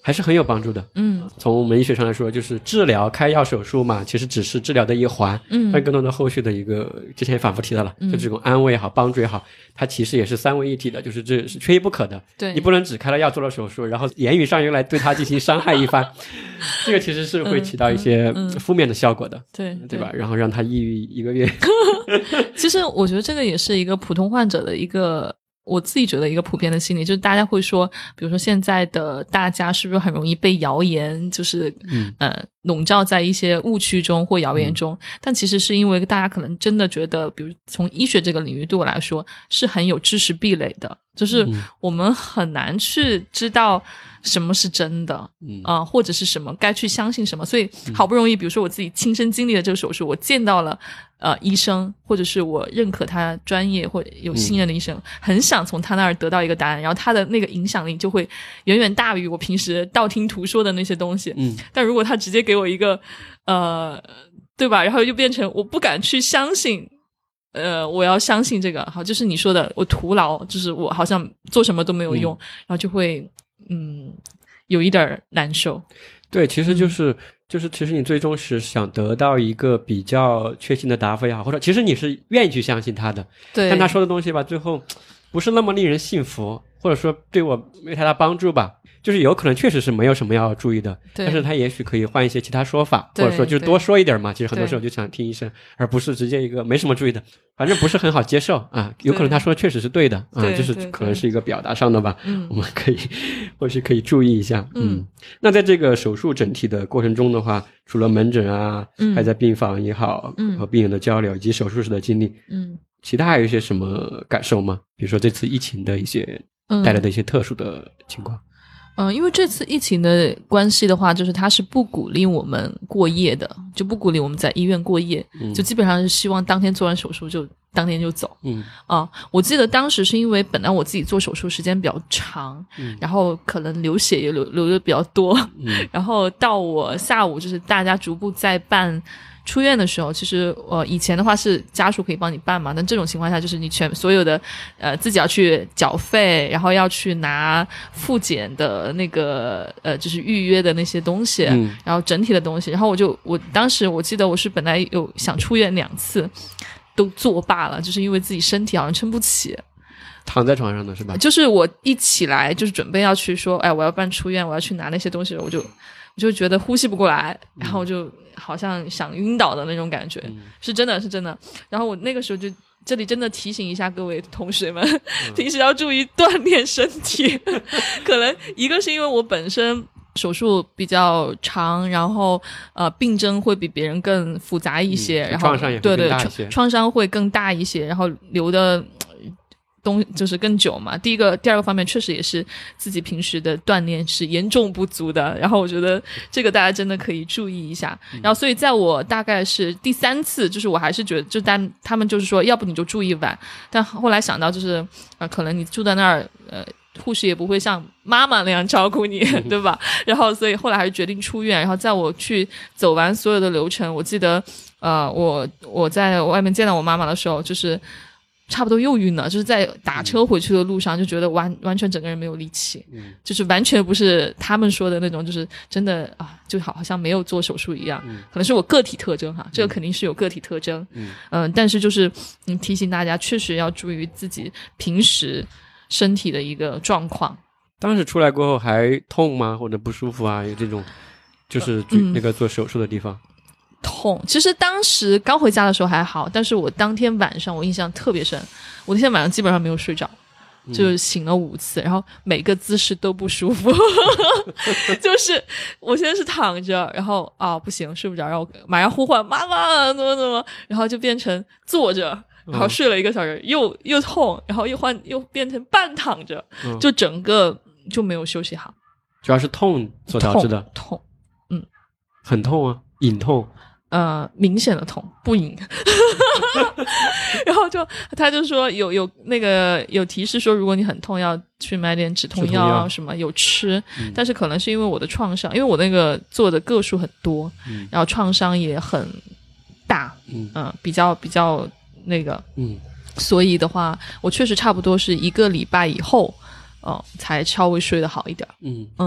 还是很有帮助的。 嗯， 从我们医学上来说，就是治疗开药手术嘛，其实只是治疗的一环， 嗯， 但更多的后续的一个，之前也反复提到了， 嗯、 就这种安慰也好，帮助也好，它其实也是三位一体的，就是这是缺一不可的。 对， 你不能只开了药做了手术，然后言语上又来对他进行伤害一番，这个其实是会起到一些负面的效果的， 对、 嗯嗯、对吧？然后让他抑郁一个月。 其实我觉得这个也是一个普通患者的一个。我自己觉得一个普遍的心理，就是大家会说，比如说现在的大家是不是很容易被谣言，就是嗯呃笼罩在一些误区中或谣言中、嗯、但其实是因为大家可能真的觉得，比如从医学这个领域对我来说是很有知识壁垒的，就是我们很难去知道什么是真的，嗯啊、呃，或者是什么该去相信什么，所以好不容易比如说我自己亲身经历了这个手术，我见到了呃医生，或者是我认可他专业或有信任的医生、嗯、很想从他那儿得到一个答案，然后他的那个影响力就会远远大于我平时道听途说的那些东西，嗯，但如果他直接给我一个呃对吧，然后就变成我不敢去相信，呃，我要相信这个，好，就是你说的我徒劳，就是我好像做什么都没有用、嗯、然后就会嗯有一点难受。 对，其实就是、嗯、就是其实你最终是想得到一个比较确信的答复也好，或者其实你是愿意去相信他的， 对， 但他说的东西吧最后不是那么令人信服，或者说对我没有太大帮助吧，就是有可能确实是没有什么要注意的，但是他也许可以换一些其他说法，或者说就是多说一点嘛，其实很多时候就想听医生，而不是直接一个没什么注意的，反正不是很好接受啊。有可能他说的确实是对的啊，就是可能是一个表达上的吧，我们可以或许可以注意一下。嗯，嗯那在这个手术整体的过程中的话，除了门诊啊，嗯、还在病房也好，嗯、和病人的交流以及手术时的经历，嗯，其他还有一些什么感受吗？比如说这次疫情的一些带来的一些特殊的情况。 嗯、呃，因为这次疫情的关系的话，就是他是不鼓励我们过夜的，就不鼓励我们在医院过夜，嗯、就基本上是希望当天做完手术就当天就走。嗯啊、呃，我记得当时是因为本来我自己做手术时间比较长，嗯，然后可能流血也流流的比较多，嗯，然后到我下午就是大家逐步在办出院的时候，其实呃以前的话是家属可以帮你办嘛，但这种情况下就是你全所有的呃自己要去缴费，然后要去拿复检的那个呃就是预约的那些东西、嗯、然后整体的东西，然后我就我当时我记得我是本来有想出院两次都作罢了，就是因为自己身体好像撑不起， 躺在床上的是吧？ 就是我一起来就是准备要去说哎我要办出院，我要去拿那些东西，我就我就觉得呼吸不过来，然后就好像想晕倒的那种感觉、嗯、是真的是真的。然后我那个时候就这里真的提醒一下各位同学们、嗯、平时要注意锻炼身体可能一个是因为我本身手术比较长，然后呃病症会比别人更复杂一些、嗯、然后创伤也会更大一些， 对对，创伤会更大一些，然后留的东就是更久嘛。第一个第二个方面确实也是自己平时的锻炼是严重不足的，然后我觉得这个大家真的可以注意一下、嗯、然后所以在我大概是第三次，就是我还是觉得就但他们就是说要不你就住一晚，但后来想到就是呃可能你住在那儿呃护士也不会像妈妈那样照顾你对吧，然后所以后来还是决定出院。然后在我去走完所有的流程，我记得呃我我在外面见到我妈妈的时候就是差不多又晕了，就是在打车回去的路上就觉得完完全整个人没有力气、嗯、就是完全不是他们说的那种就是真的啊，就好像没有做手术一样、嗯、可能是我个体特征哈，这个肯定是有个体特征嗯、呃、但是就是嗯提醒大家确实要注意自己平时身体的一个状况。 当时出来过后还痛吗？或者不舒服啊？有这种就是那个做手术的地方、嗯痛，其实当时刚回家的时候还好，但是我当天晚上我印象特别深，我那天晚上基本上没有睡着，就醒了五次、嗯、然后每个姿势都不舒服就是我现在是躺着，然后啊不行睡不着，然后马上呼唤妈妈怎么怎么，然后就变成坐着，然后睡了一个小时、嗯、又又痛，然后又换又变成半躺着、嗯、就整个就没有休息好。 主要是痛所导致的。 痛，痛嗯， 很痛啊，隐痛。 呃，明显的痛，不隐然后就他就说有有那个有提示说，如果你很痛要去买点止痛药什么，有吃、嗯、但是可能是因为我的创伤，因为我那个做的个数很多、嗯、然后创伤也很大，嗯、呃、比较比较那个嗯，所以的话我确实差不多是一个礼拜以后哦、呃，才稍微睡得好一点。嗯嗯，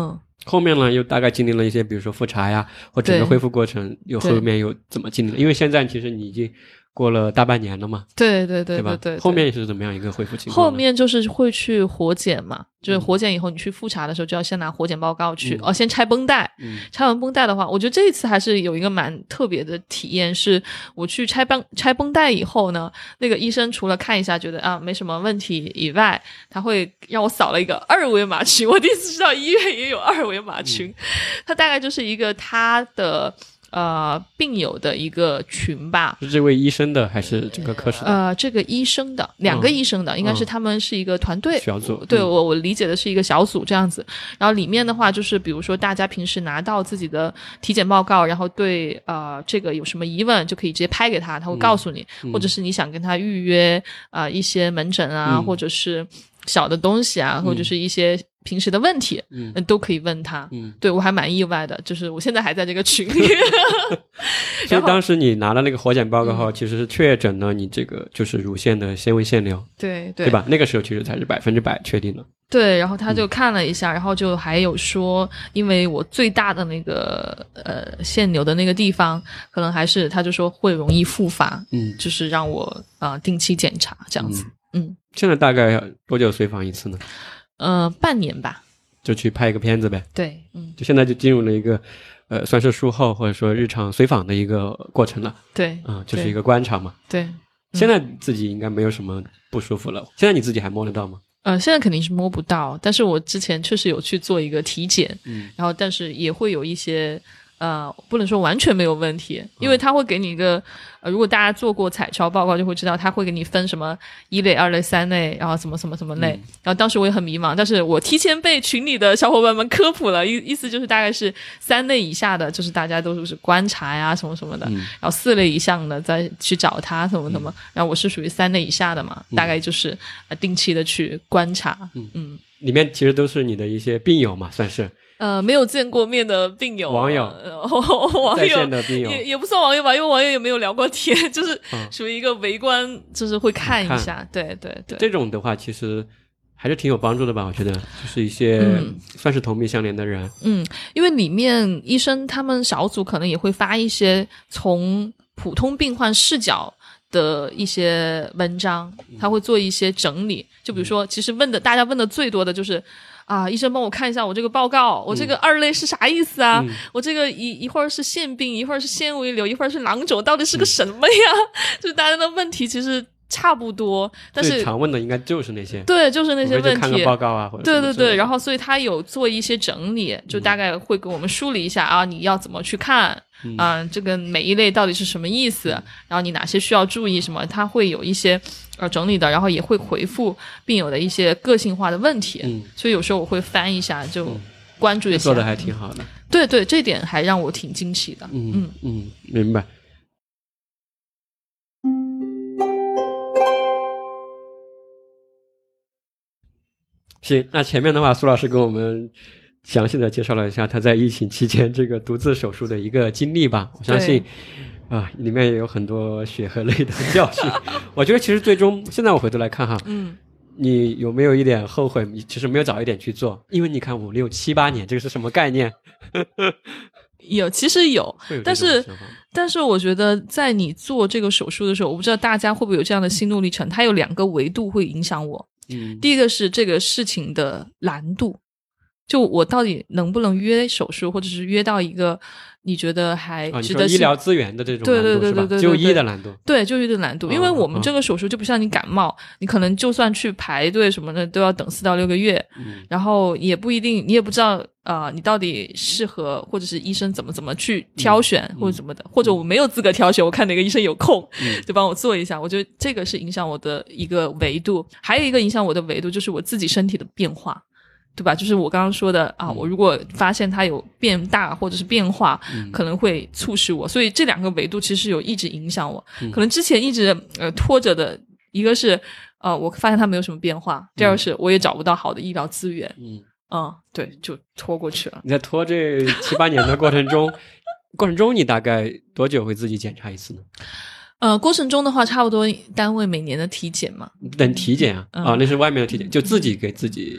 后面呢又大概经历了一些比如说复查呀，或整个恢复过程又后面又怎么经历了？因为现在其实你已经过了大半年了嘛， 对对对对吧？ 对对对， 后面是怎么样一个恢复情况？ 后面就是会去活检嘛，就是活检以后你去复查的时候就要先拿活检报告去、嗯、哦，先拆绷带、嗯、拆完绷带的话，我觉得这一次还是有一个蛮特别的体验，是我去拆绷拆绷带以后呢，那个医生除了看一下觉得啊没什么问题以外，他会让我扫了一个二维码群，我第一次知道医院也有二维码群、嗯、他大概就是一个他的呃，病友的一个群吧， 是这位医生的还是这个科室的？ 呃，这个医生的，两个医生的，嗯、应该是他们是一个团队、嗯、 小组。 对，我我理解的是一个小组这样子。然后里面的话，就是比如说大家平时拿到自己的体检报告，然后对呃这个有什么疑问，就可以直接拍给他，他会告诉你，嗯、或者是你想跟他预约啊、呃、一些门诊啊、嗯，或者是小的东西啊，嗯、或者是一些平时的问题，嗯，都可以问他。嗯，对，我还蛮意外的，就是我现在还在这个群里。 所以当时你拿了那个活检报告后，嗯、其实是确诊了你这个就是乳腺的纤维腺瘤， 对对， 对吧？那个时候其实才是百分之百确定了。 对，然后他就看了一下，嗯、然后就还有说，因为我最大的那个呃腺瘤的那个地方，可能还是他就说会容易复发，嗯，就是让我啊、呃、定期检查这样子，嗯。嗯， 现在大概多久随访一次呢？ 呃，半年吧， 就去拍一个片子呗。 对，嗯， 就现在就进入了一个，呃，算是术后或者说日常随访的一个过程了。 对， 啊、呃，就是一个观察嘛。 对，嗯、 现在自己应该没有什么不舒服了。现在你自己还摸得到吗？ 呃，现在肯定是摸不到，但是我之前确实有去做一个体检，嗯，然后但是也会有一些。呃，不能说完全没有问题，因为他会给你一个，呃，如果大家做过彩超报告就会知道，他会给你分什么一类、二类、三类，然后什么什么什么类。嗯、然后当时我也很迷茫，但是我提前被群里的小伙伴们科普了，意意思就是大概是三类以下的，就是大家都是观察呀什么什么的，嗯、然后四类以上的再去找他什么什么。嗯、然后我是属于三类以下的嘛，嗯、大概就是呃定期的去观察。嗯嗯， 里面其实都是你的一些病友嘛，算是。 呃，没有见过面的病友， 网友， 呃、网友在线的病友也也不算网友吧，因为网友也没有聊过天，就是属于一个围观，嗯、就是会看一下，嗯、对对对。 这种的话，其实还是挺有帮助的吧？我觉得，就是一些、嗯、算是同病相怜的人， 嗯，因为里面医生他们小组可能也会发一些从普通病患视角的一些文章，他会做一些整理，就比如说，其实问的大家问的最多的就是。啊，医生帮我看一下我这个报告，我这个二类是啥意思啊？嗯、我这个一一会儿是腺病，一会儿是纤维瘤，一会儿是囊肿，到底是个什么呀？嗯、就是大家的问题其实差不多，但是最常问的应该就是那些， 对，就是那些问题。 看个报告啊，或者对对对，然后所以他有做一些整理，就大概会给我们梳理一下、嗯、啊，你要怎么去看。嗯、呃，这个每一类到底是什么意思？嗯、然后你哪些需要注意什么？他会有一些呃整理的，然后也会回复病友的一些个性化的问题。嗯，所以有时候我会翻一下，就关注一下。 做的还挺好的。 对对，这点还让我挺惊喜的。 嗯嗯嗯，明白。行，那前面的话，苏老师跟我们详细的介绍了一下他在疫情期间这个独自手术的一个经历吧。我相信啊，里面也有很多血和泪的教训。我觉得其实最终现在我回头来看哈，嗯，你有没有一点后悔你其实没有早一点去做？因为你看五六七八年这个是什么概念？ 有，其实有，有但是但是我觉得在你做这个手术的时候，我不知道大家会不会有这样的心路历程，它有两个维度会影响我。嗯，第一个是这个事情的难度，就我到底能不能约手术，或者是约到一个你觉得还值得、 哦、医疗资源的这种难度，对对对对对，就医的难度， 对，就医的难度、哦、因为我们这个手术就不像你感冒、哦、你可能就算去排队什么的都要等四到六个月、嗯、然后也不一定，你也不知道呃，你到底适合，或者是医生怎么怎么去挑选、嗯、或者什么的、嗯、或者我没有资格挑选，我看哪个医生有空、嗯、就帮我做一下。我觉得这个是影响我的一个维度。还有一个影响我的维度就是我自己身体的变化，对吧？就是我刚刚说的啊，我如果发现它有变大或者是变化、嗯、可能会促使我，所以这两个维度其实有一直影响我、嗯、可能之前一直呃拖着的一个是呃我发现它没有什么变化，第二是我也找不到好的医疗资源，嗯嗯，对，就拖过去了。 你在拖这七八年的过程中过程中你大概多久会自己检查一次呢？ 呃，过程中的话差不多单位每年的体检嘛。 等体检啊、嗯、啊，那是外面的体检、嗯、就自己给自己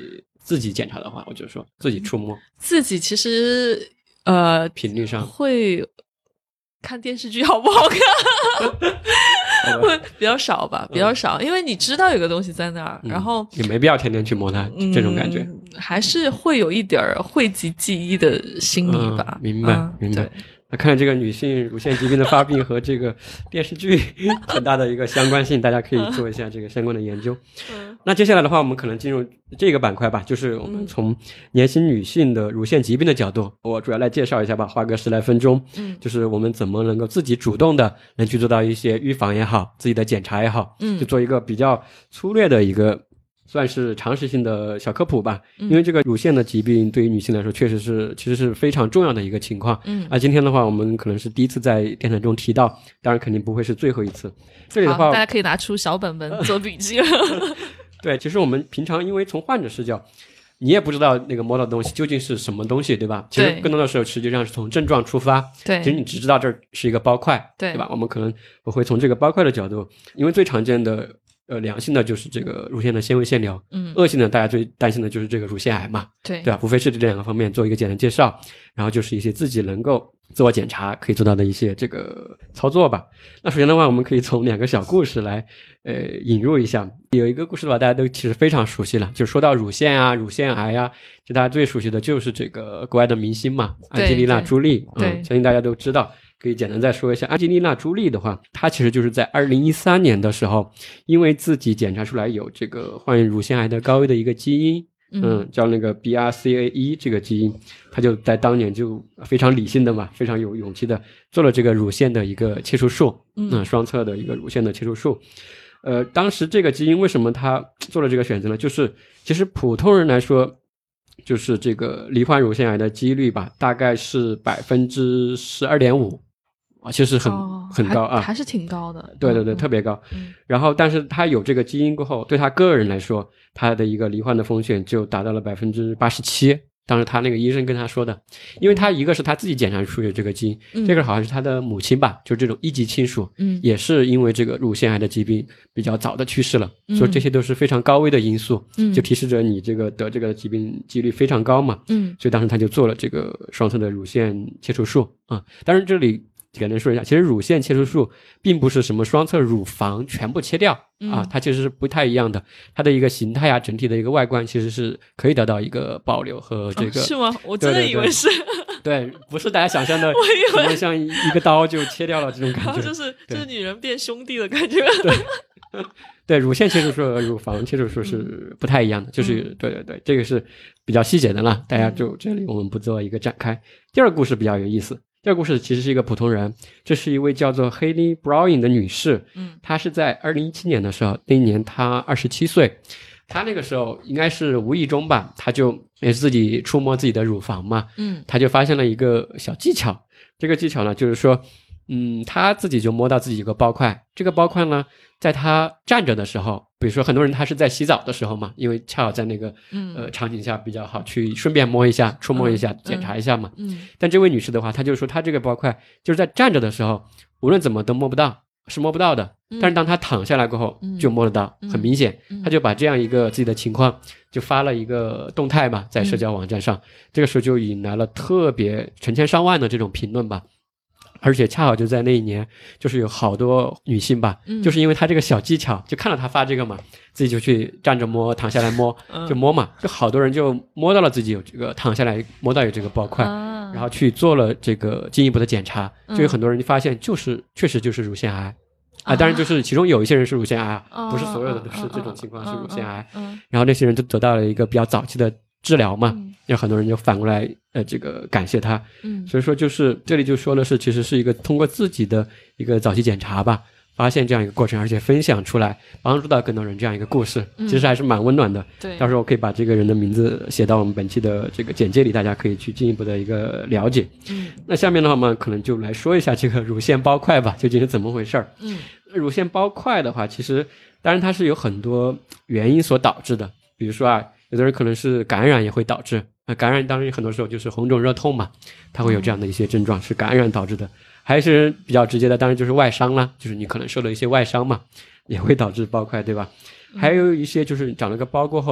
自己检查的话，我就说自己触摸， 自己其实呃频率上会看电视剧好不好看会比较少吧，比较少、嗯、因为你知道有个东西在那儿、嗯、然后也没必要天天去摸它、嗯、这种感觉还是会有一点汇集记忆的心理吧、 嗯、明白、嗯、明白。那看来这个女性乳腺疾病的发病和这个电视剧很大的一个相关性，大家可以做一下这个相关的研究。嗯、那接下来的话，我们可能进入这个板块吧，就是我们从年轻女性的乳腺疾病的角度，我主要来介绍一下吧，花个十来分钟，嗯，就是我们怎么能够自己主动的能去做到一些预防也好，自己的检查也好，嗯，就做一个比较粗略的一个。算是常识性的小科普吧，因为这个乳腺的疾病对于女性来说确实是其实是非常重要的一个情况。嗯，而今天的话我们可能是第一次在电台中提到，当然肯定不会是最后一次。这里的话大家可以拿出小本本做笔记了。 对，其实我们平常因为从患者视角，你也不知道那个摸到的东西究竟是什么东西，对吧？其实更多的时候实际上是从症状出发。对，其实你只知道这儿是一个包块，对，对吧？我们可能我会从这个包块的角度，因为最常见的呃，良性的就是这个乳腺的纤维腺瘤，嗯，恶性的大家最担心的就是这个乳腺癌嘛，对，对吧？无非是这两个方面做一个简单介绍，然后就是一些自己能够自我检查可以做到的一些这个操作吧。那首先的话，我们可以从两个小故事来呃引入一下。有一个故事的话，大家都其实非常熟悉了，就是说到乳腺啊、乳腺癌啊，就大家最熟悉的就是这个国外的明星嘛，安吉丽娜·朱莉，嗯，相信大家都知道。可以简单再说一下，安吉丽娜·朱莉的话，她其实就是在二零一三年的时候，因为自己检查出来有这个患乳腺癌的高危的一个基因，嗯, 嗯叫那个 B R C A 一 这个基因，她就在当年就非常理性的嘛，非常有勇气的做了这个乳腺的一个切除术，嗯，嗯双侧的一个乳腺的切除术。呃，当时这个基因为什么她做了这个选择呢？就是其实普通人来说，就是这个罹患乳腺癌的几率吧，大概是百分之十二点五。啊，其实很、哦、很高啊， 还是挺高的。 对对对，嗯、特别高、嗯。然后，但是他有这个基因过后，对他个人来说，他的一个罹患的风险就达到了百分之八十七。当时他那个医生跟他说的，因为他一个是他自己检查出有这个基因，嗯、这个好像是他的母亲吧，就这种一级亲属，嗯，也是因为这个乳腺癌的疾病比较早的去世了，嗯、所以这些都是非常高危的因素，嗯，就提示着你这个得这个疾病几率非常高嘛，嗯，所以当时他就做了这个双侧的乳腺切除术啊。当然这里简单说一下，其实乳腺切除术并不是什么双侧乳房全部切掉、嗯、啊，它其实是不太一样的，它的一个形态啊，整体的一个外观其实是可以得到一个保留和这个、 哦、是吗？我真的以为是对, 对, 对，不是大家想象的什么像一个刀就切掉了这种感觉， 就是就是女人变兄弟的感觉。 对对，乳腺切除术和乳房切除术是不太一样的，就是、嗯、对对对，这个是比较细节的了，大家就这里我们不做一个展开。第二个故事比较有意思，第二个故事其实是一个普通人，这是一位叫做 Hailey Browning 的女士，嗯，她是在二零一七年的时候，那一年她二十七岁，她那个时候应该是无意中吧，她就也是自己触摸自己的乳房嘛，嗯，她就发现了一个小技巧，这个技巧呢就是说，嗯，她自己就摸到自己有个包块，这个包块呢，在她站着的时候，比如说很多人他是在洗澡的时候嘛，因为恰好在那个、嗯、呃场景下比较好去顺便摸一下触摸一下、嗯、检查一下嘛、嗯、但这位女士的话，她就说她这个包块就是在站着的时候无论怎么都摸不到，是摸不到的、嗯、但是当她躺下来过后、嗯、就摸得到、嗯、很明显、嗯、她就把这样一个自己的情况就发了一个动态嘛，在社交网站上、嗯、这个时候就引来了特别成千上万的这种评论吧，而且恰好就在那一年，就是有好多女性吧、嗯、就是因为她这个小技巧，就看到她发这个嘛，自己就去站着摸，躺下来摸，就摸嘛，就好多人就摸到了自己有这个躺下来摸到有这个包块、啊、然后去做了这个进一步的检查，就有很多人发现就是、嗯、确实就是乳腺癌啊，当然就是其中有一些人是乳腺癌、啊、不是所有的都是这种情况是乳腺癌、嗯嗯、然后那些人就得到了一个比较早期的治疗嘛，有、嗯、很多人就反过来呃这个感谢他，嗯，所以说就是这里就说的是其实是一个通过自己的一个早期检查吧，发现这样一个过程，而且分享出来帮助到更多人这样一个故事、嗯、其实还是蛮温暖的。对，到时候我可以把这个人的名字写到我们本期的这个简介里，大家可以去进一步的一个了解。嗯，那下面的话我们可能就来说一下这个乳腺包块吧，究竟是怎么回事儿。嗯，乳腺包块的话其实当然它是有很多原因所导致的，比如说啊有的人可能是感染也会导致，那感染当然很多时候就是红肿热痛嘛，它会有这样的一些症状，是感染导致的。还是比较直接的当然就是外伤啦，就是你可能受了一些外伤嘛，也会导致包块，对吧？还有一些就是长了个包过后，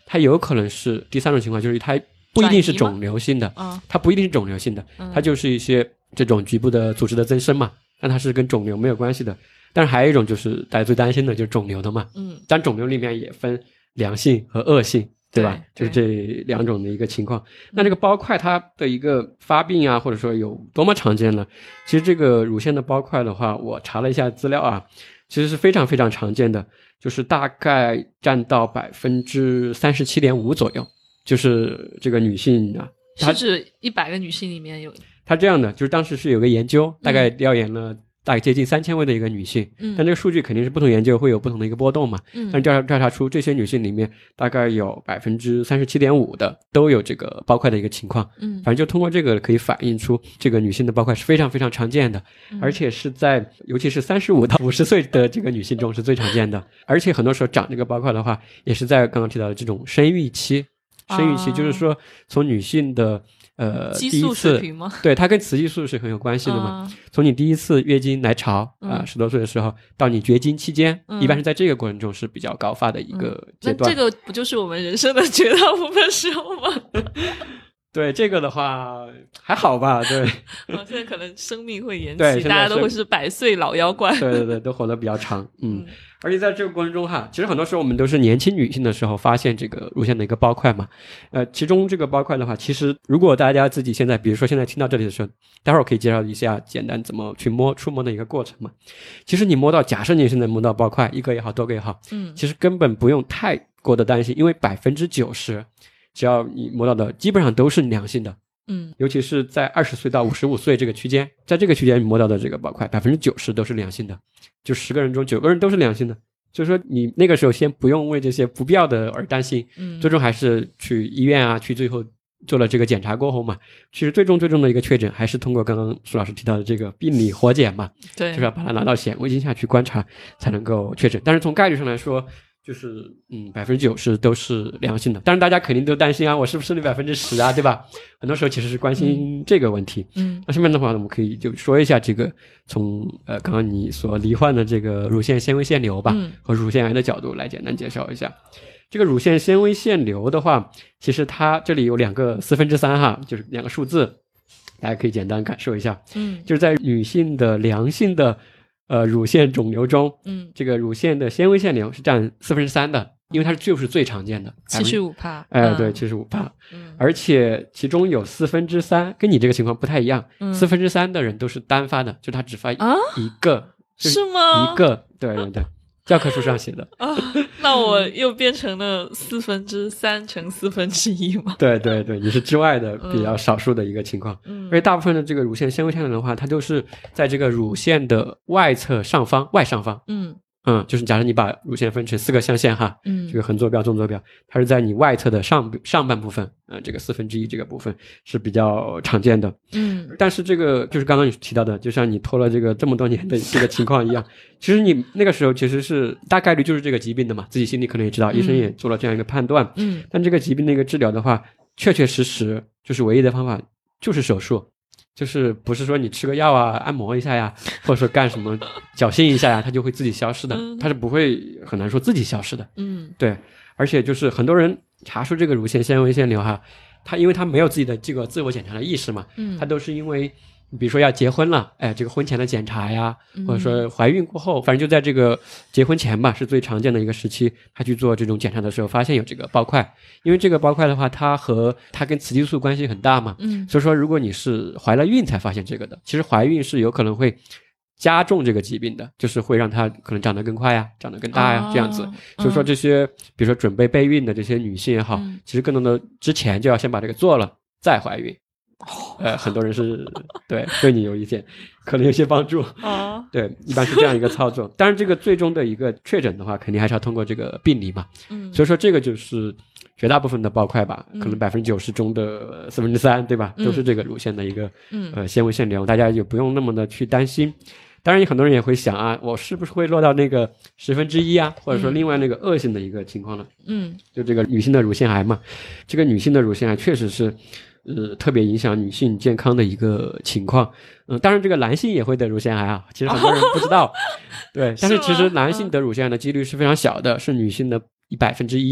它有可能是第三种情况，就是它不一定是肿瘤性的，它不一定是肿瘤性的，它就是一些这种局部的组织的增生嘛，但它是跟肿瘤没有关系的。但是还有一种就是大家最担心的就是肿瘤的嘛，嗯，但肿瘤里面也分良性和恶性，对吧？ 对， 就是这两种的一个情况。那这个包块它的一个发病啊，或者说有多么常见呢？其实这个乳腺的包块的话，我查了一下资料啊，其实是非常非常常见的，就是大概占到百分之三十七点五左右，就是这个女性啊， 是指一百个女性里面有。 它这样的，就是当时是有个研究，大概调研了。嗯大概接近三千位的一个女性，嗯，但这个数据肯定是不同研究会有不同的一个波动嘛，嗯，但是调查调查出这些女性里面大概有百分之三十七点五的都有这个包块的一个情况，嗯，反正就通过这个可以反映出这个女性的包块是非常非常常见的，嗯，而且是在尤其是三十五到五十岁的这个女性中是最常见的，而且很多时候长这个包块的话，也是在刚刚提到的这种生育期，生育期就是说从女性的。呃， 激素水平吗？ 对，它跟雌激素是很有关系的嘛。嗯、从你第一次月经来潮啊，十、呃、多岁的时候到你绝经期间、嗯，一般是在这个过程中是比较高发的一个阶段。 嗯、那这个不就是我们人生的绝大部分时候吗？ 对，这个的话还好吧，对。 哦，现在可能生命会延期，大家都会是百岁老妖怪。 对对对，都活得比较长，嗯。嗯而且在这个过程中哈，其实很多时候我们都是年轻女性的时候发现这个乳腺的一个包块嘛，呃，其中这个包块的话，其实如果大家自己现在，比如说现在听到这里的时候，待会儿我可以介绍一下简单怎么去摸触摸的一个过程嘛。其实你摸到，假设你现在摸到包块，一个也好，多个也好，嗯，其实根本不用太过的担心，因为百分之九十，只要你摸到的基本上都是良性的。嗯，尤其是在二十岁到五十五岁这个区间，在这个区间摸到的这个包块，百分之九十都是良性的，就十个人中九个人都是良性的。所以说，你那个时候先不用为这些不必要的而担心，嗯，最终还是去医院啊，去最后做了这个检查过后嘛，其实最终最终的一个确诊还是通过刚刚苏老师提到的这个病理活检嘛，对，就是要把它拿到显微镜下去观察才能够确诊。但是从概率上来说，就是嗯，百分之九十都是良性的。当然，大家肯定都担心啊，我是不是那百分之十啊，对吧？很多时候其实是关心这个问题。嗯，那下面的话，我们可以就说一下这个从呃刚刚你所罹患的这个乳腺纤维腺瘤吧，嗯、和乳腺癌的角度来简单介绍一下。这个乳腺纤维腺瘤的话，其实它这里有两个四分之三哈，就是两个数字，大家可以简单感受一下。嗯，就是在女性的良性的。呃，乳腺肿瘤中，嗯，这个乳腺的纤维腺瘤是占四分之三的，因为它就是最常见的， 七十五趴， 哎、呃，对，七十五趴，嗯，而且其中有四分之三跟你这个情况不太一样，嗯，四分之三的人都是单发的，就他只发一个，啊、 是吗？ 一个，对对对。教科书上写的啊，那我又变成了四分之三乘四分之一吗？ 对对对，你是之外的比较少数的一个情况，嗯，因为大部分的这个乳腺纤维腺瘤的话，它都是在这个乳腺的外侧上方、外上方，嗯嗯，就是假设你把乳腺分成四个象限哈，嗯，这个横坐标、纵坐标，它是在你外侧的上上半部分，呃，这个四分之一这个部分是比较常见的，嗯，但是这个就是刚刚你提到的，就像你拖了这个这么多年的这个情况一样，其实你那个时候其实是大概率就是这个疾病的嘛，自己心里可能也知道，医生也做了这样一个判断，嗯，但这个疾病的一个治疗的话，确确实实就是唯一的方法就是手术。就是不是说你吃个药啊，按摩一下呀，或者说干什么侥幸一下呀，它就会自己消失的，它是不会很难说自己消失的。嗯，对，而且就是很多人查出这个乳腺纤维腺瘤哈，他因为他没有自己的这个自我检查的意识嘛，嗯，他都是因为比如说要结婚了，哎，这个婚前的检查呀，或者说怀孕过后，反正就在这个结婚前吧，是最常见的一个时期，他去做这种检查的时候，发现有这个包块，因为这个包块的话，它和它跟雌激素关系很大嘛，嗯，所以说如果你是怀了孕才发现这个的，其实怀孕是有可能会加重这个疾病的，就是会让它可能长得更快呀，长得更大呀，哦，这样子。所以说这些，比如说准备备孕的这些女性也好，嗯，其实更多的之前就要先把这个做了，再怀孕。呃，很多人是对对你有一些可能有些帮助啊，对，一般是这样一个操作。当然，这个最终的一个确诊的话，肯定还是要通过这个病理嘛。嗯，所以说这个就是绝大部分的包块吧，可能百分之九十中的四分之三，对吧？都是这个乳腺的一个嗯呃纤维腺瘤，大家也不用那么的去担心。当然，很多人也会想啊，我是不是会落到那个十分之一啊，或者说另外那个恶性的一个情况呢？嗯，就这个女性的乳腺癌嘛，这个女性的乳腺癌确实是。呃，特别影响女性健康的一个情况，嗯、呃，当然这个男性也会得乳腺癌啊，其实很多人不知道，对，但是其实男性得乳腺癌的几率是非常小的，是女性的一百分之一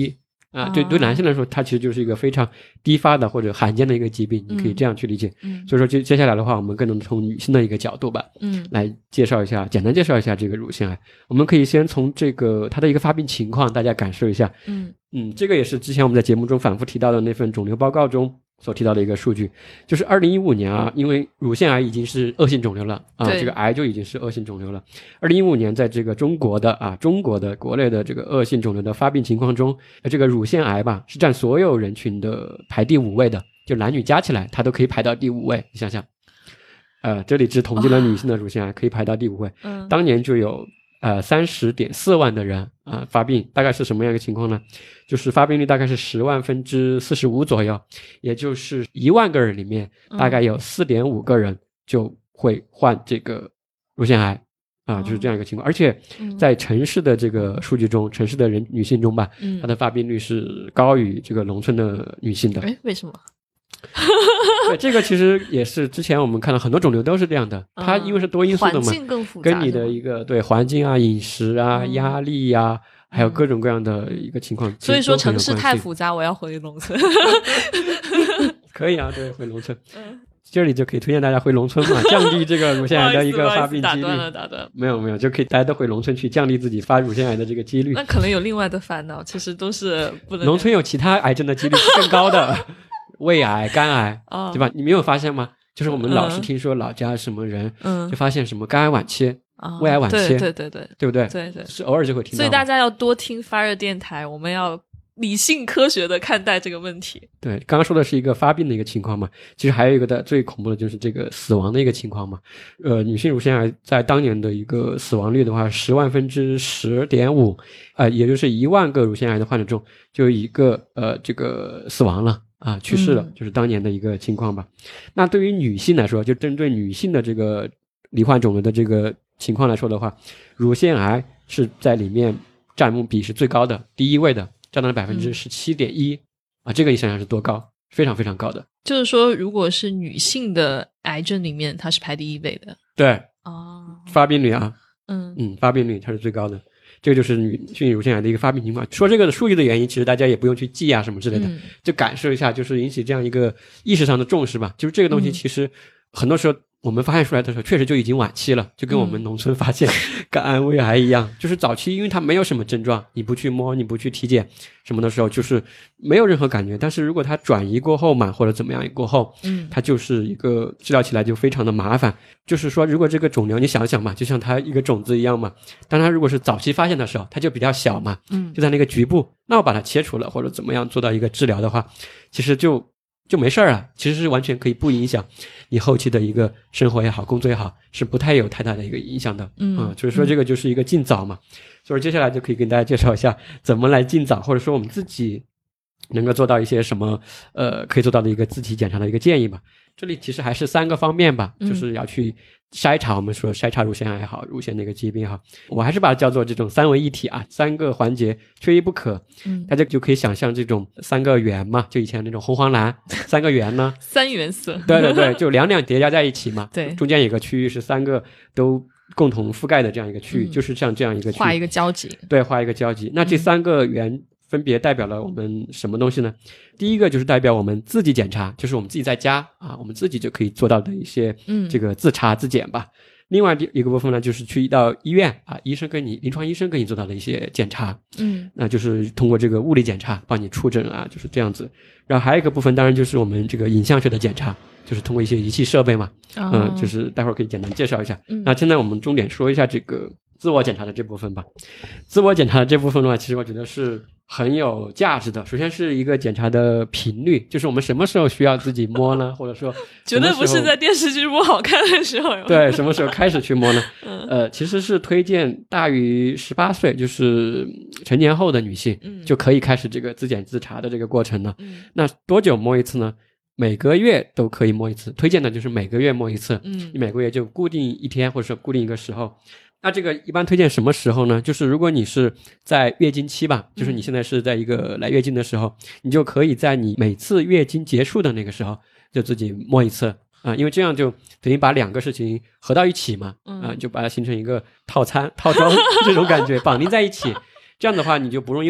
啊，对对，男性来说，它其实就是一个非常低发的或者罕见的一个疾病，你可以这样去理解。 嗯， 所以说接接下来的话，我们更能从女性的一个角度吧， 嗯， 来介绍一下，简单介绍一下这个乳腺癌。我们可以先从这个它的一个发病情况，大家感受一下。 嗯嗯，这个也是之前我们在节目中反复提到的那份肿瘤报告中所提到的一个数据，就是二零一五年啊，因为乳腺癌已经是恶性肿瘤了啊，这个癌就已经是恶性肿瘤了。二零一五年在这个中国的啊，中国的国内的这个恶性肿瘤的发病情况中，这个乳腺癌吧是占所有人群的排第五位的，就男女加起来它都可以排到第五位，你想想，呃，这里只统计了女性的乳腺癌可以排到第五位， 嗯， 当年就有呃三十点四万的人啊、呃、发病，大概是什么样一个情况呢？就是发病率大概是十万分之四十五左右，也就是一万个人里面大概有四点五个人就会患这个乳腺癌啊、呃，就是这样一个情况。而且在城市的这个数据中，城市的人女性中吧，她的发病率是高于这个农村的女性的。 哎，为什么？ 对，这个其实也是之前我们看到很多肿瘤都是这样的，它因为是多因素的嘛， 环境更复杂， 跟你的一个对环境啊、饮食啊、嗯、压力呀、啊，还有各种各样的一个情况。 所以说城市太复杂，我要回农村。 可以啊，对，回农村。嗯，这里就可以推荐大家回农村嘛，降低这个乳腺癌的一个发病几率。 打断了，打断了。 没有没有，就可以大家都回农村去，降低自己发乳腺癌的这个几率。 那可能有另外的烦恼，其实都是不能。 农村有其他癌症的几率是更高的。胃癌、肝癌、哦，对吧？你没有发现吗？就是我们老是听说老家什么人，嗯，就发现什么肝癌晚期、哦、胃癌晚期， 对对对对， 对不对？ 对对， 是偶尔就会听到。 所以大家要多听发热电台，我们要理性科学的看待这个问题。 对，刚刚说的是一个发病的一个情况嘛，其实还有一个的最恐怖的就是这个死亡的一个情况嘛。呃，女性乳腺癌在当年的一个死亡率的话，十万分之十点五，呃，也就是一万个乳腺癌的患者中就有一个呃这个死亡了。啊，去世了，就是当年的一个情况吧。嗯、那对于女性来说，就针对女性的这个罹患肿瘤的这个情况来说的话，乳腺癌是在里面占比是最高的，第一位的，占到了百分之十七点一啊，这个你想想是多高，非常非常高的。就是说，如果是女性的癌症里面，它是排第一位的。对，哦，发病率啊，嗯嗯，发病率它是最高的。这个就是女性乳腺癌的一个发病情况。说这个的数据的原因，其实大家也不用去记啊什么之类的，嗯、就感受一下，就是引起这样一个意识上的重视吧。就是这个东西，其实很多时候我们发现出来的时候，确实就已经晚期了，就跟我们农村发现肝癌、胃癌一样，就是早期因为它没有什么症状，你不去摸，你不去体检什么的时候，就是没有任何感觉。但是如果它转移过后嘛，或者怎么样过后，嗯，它就是一个治疗起来就非常的麻烦。就是说，如果这个肿瘤你想想嘛，就像它一个种子一样嘛，当它如果是早期发现的时候，它就比较小嘛，嗯，就在那个局部，那我把它切除了或者怎么样做到一个治疗的话，其实就就没事儿啊，其实是完全可以不影响你后期的一个生活也好，工作也好，是不太有太大的一个影响的。嗯，啊、所以说这个就是一个尽早嘛。所以接下来就可以跟大家介绍一下怎么来尽早，或者说我们自己能够做到一些什么呃可以做到的一个自体检查的一个建议吧。这里其实还是三个方面吧，就是要去筛查，我们说筛查乳腺癌也好，乳腺那个疾病也好，我还是把它叫做这种三位一体啊，三个环节缺一不可。嗯，大家就可以想象这种三个圆嘛，就以前那种红黄蓝三个圆呢， 三原色。对对对，就两两叠加在一起嘛。 对， 中间有个区域是三个都共同覆盖的这样一个区域，嗯、就是像这样一个区域， 画一个交集。 对，画一个交集。那这三个圆分别代表了我们什么东西呢？第一个就是代表我们自己检查，就是我们自己在家啊，我们自己就可以做到的一些这个自查自检吧。嗯、另外一个部分呢，就是去到医院啊，医生跟你临床医生跟你做到的一些检查，嗯，那就是通过这个物理检查帮你触诊啊，就是这样子。然后还有一个部分，当然就是我们这个影像学的检查，就是通过一些仪器设备嘛，哦、嗯，就是待会儿可以简单介绍一下。嗯、那现在我们重点说一下这个自我检查的这部分吧。自我检查的这部分的话，其实我觉得是很有价值的。首先是一个检查的频率，就是我们什么时候需要自己摸呢？或者说绝对不是在电视剧不好看的时候。 对，什么时候开始去摸呢？嗯、呃，其实是推荐大于十八岁，就是成年后的女性，嗯、就可以开始这个自检自查的这个过程了。嗯、那多久摸一次呢？每个月都可以摸一次，推荐的就是每个月摸一次。嗯，你每个月就固定一天，或者说固定一个时候。那这个一般推荐什么时候呢？就是如果你是在月经期吧，就是你现在是在一个来月经的时候，你就可以在你每次月经结束的那个时候就自己摸一次啊、呃，因为这样就等于把两个事情合到一起嘛，啊、呃，就把它形成一个套餐套装这种感觉绑定在一起，这样的话你就不容易忘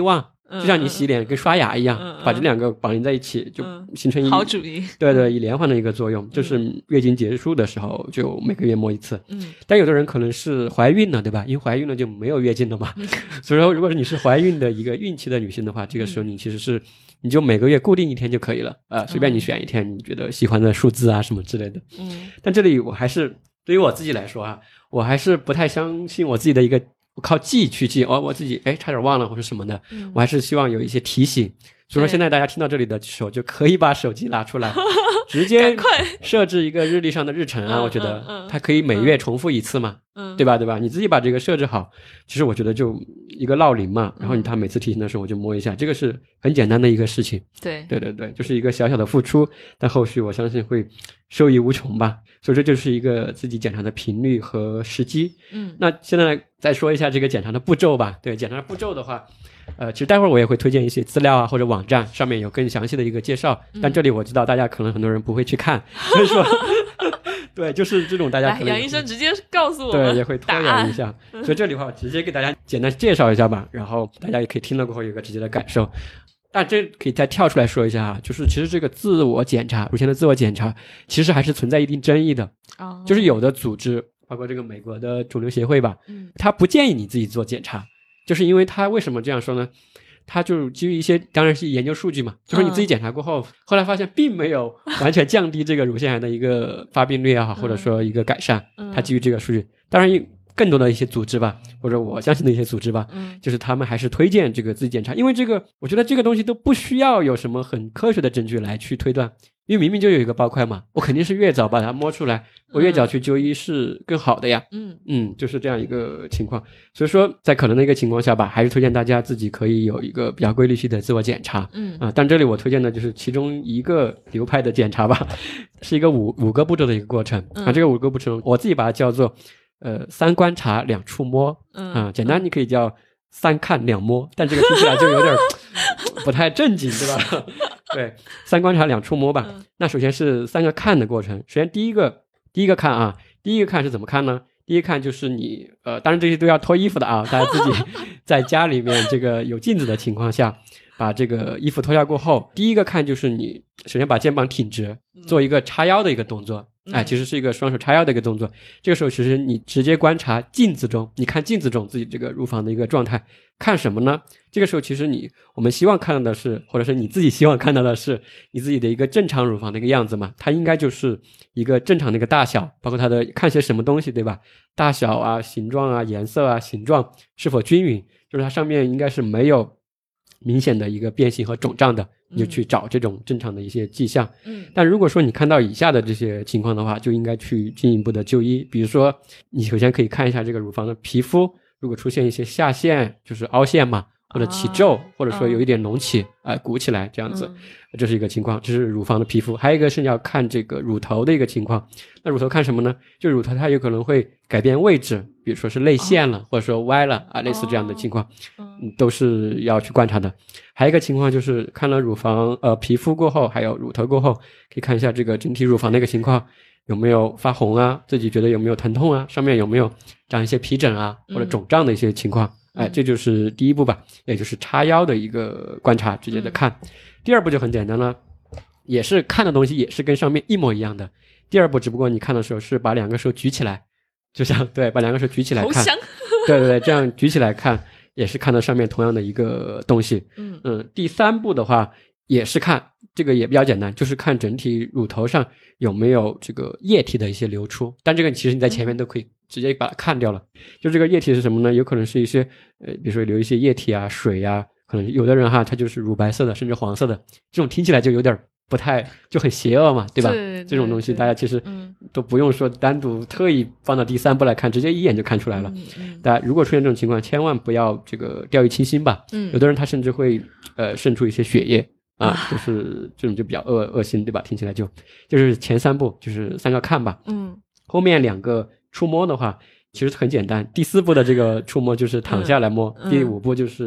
就像你洗脸跟刷牙一样， 嗯、 把这两个绑定在一起，就形成一、 嗯、好主意。 对对，以连环的一个作用，就是月经结束的时候就每个月摸一次。 嗯， 但有的人可能是怀孕了，对吧？因为怀孕了就没有月经了嘛。嗯、所以说，如果你是怀孕的一个孕期的女性的话，这个时候你其实是你就每个月固定一天就可以了啊、呃，随便你选一天你觉得喜欢的数字啊什么之类的。 嗯， 但这里我还是对于我自己来说啊，我还是不太相信我自己的一个。靠记去记哦，我自己哎差点忘了或者什么的、嗯、我还是希望有一些提醒，所以说现在大家听到这里的时候就可以把手机拿出来直接设置一个日历上的日程啊，我觉得它可以每月重复一次嘛、嗯、对吧对吧，你自己把这个设置好，其实我觉得就一个闹铃嘛，然后你他每次提醒的时候我就摸一下、嗯、这个是很简单的一个事情， 对对对对，就是一个小小的付出，但后续我相信会受益无穷吧，所以这就是一个自己检查的频率和时机。 嗯， 那现在再说一下这个检查的步骤吧。对，检查的步骤的话，呃，其实待会儿我也会推荐一些资料啊或者网站上面有更详细的一个介绍，但这里我知道大家可能很多人不会去看，所以说对，就是这种大家可能杨医生直接告诉我们， 对，也会拖延一下，所以这里的话我直接给大家简单介绍一下吧，然后大家也可以听了过后有一个直接的感受。但这可以再跳出来说一下啊，就是其实这个自我检查，乳腺的自我检查其实还是存在一定争议的、哦、就是有的组织包括这个美国的肿瘤协会吧，嗯，他不建议你自己做检查，就是因为他为什么这样说呢，他就基于一些当然是研究数据嘛，就是你自己检查过后、嗯、后来发现并没有完全降低这个乳腺癌的一个发病率啊、嗯、或者说一个改善，他基于这个数据，当然更多的一些组织吧，或者我相信的一些组织吧、嗯、就是他们还是推荐这个自己检查，因为这个我觉得这个东西都不需要有什么很科学的证据来去推断，因为明明就有一个包块嘛，我肯定是越早把它摸出来，我越早去就医是更好的呀。嗯嗯，就是这样一个情况。所以说在可能的一个情况下吧，还是推荐大家自己可以有一个比较规律性的自我检查。嗯啊，但这里我推荐的就是其中一个流派的检查吧，是一个五五个步骤的一个过程。啊，这个五个步骤我自己把它叫做呃三观察两触摸。嗯啊，简单你可以叫三看两摸，但这个听起来就有点不太正经，对吧？对，三观察两触摸吧、嗯、那首先是三个看的过程。首先第一个第一个看啊，第一个看是怎么看呢？第一个看就是你呃，当然这些都要脱衣服的啊，大家自己在家里面这个有镜子的情况下把这个衣服脱下过后，第一个看就是你首先把肩膀挺直，做一个叉腰的一个动作，哎，其实是一个双手叉腰的一个动作。这个时候其实你直接观察镜子中，你看镜子中自己这个乳房的一个状态，看什么呢？这个时候其实你我们希望看到的是，或者是你自己希望看到的是你自己的一个正常乳房的一个样子嘛，它应该就是一个正常的一个大小，包括它的看些什么东西，对吧？大小啊、形状啊、颜色啊、形状是否均匀，就是它上面应该是没有明显的一个变形和肿胀的，你就去找这种正常的一些迹象。嗯，但如果说你看到以下的这些情况的话，就应该去进一步的就医。比如说你首先可以看一下这个乳房的皮肤，如果出现一些下陷，就是凹陷嘛，或者起皱、啊、或者说有一点隆起、呃、鼓起来这样子、嗯、这是一个情况，这是乳房的皮肤。还有一个是要看这个乳头的一个情况。那乳头看什么呢？就乳头它有可能会改变位置，比如说是泪腺了、哦、或者说歪了啊，类似这样的情况、哦嗯、都是要去观察的。还有一个情况就是看了乳房呃皮肤过后，还有乳头过后，可以看一下这个整体乳房的一个情况，有没有发红啊，自己觉得有没有疼痛啊，上面有没有长一些皮疹啊或者肿胀的一些情况、嗯、哎，这就是第一步吧，也就是叉腰的一个观察，直接的看、嗯、第二步就很简单了，也是看的东西也是跟上面一模一样的。第二步只不过你看的时候是把两个手举起来，就像对把两个手举起来看，对对对，这样举起来看也是看到上面同样的一个东西。嗯嗯，第三步的话也是看，这个也比较简单，就是看整体乳头上有没有这个液体的一些流出，但这个其实你在前面都可以直接把它看掉了。就这个液体是什么呢？有可能是一些呃，比如说流一些液体啊、水啊，可能有的人哈他就是乳白色的甚至黄色的，这种听起来就有点不太就很邪恶嘛，对吧？对，这种东西大家其实都不用说单独特意放到第三步来看，直接一眼就看出来了。嗯嗯，大家如果出现这种情况，千万不要这个掉以轻心吧。嗯，有的人他甚至会呃渗出一些血液啊，就是这种就比较恶恶心，对吧？听起来就就是前三步就是三个看吧。嗯，后面两个触摸的话其实很简单，第四步的这个触摸就是躺下来摸，嗯、第五步就是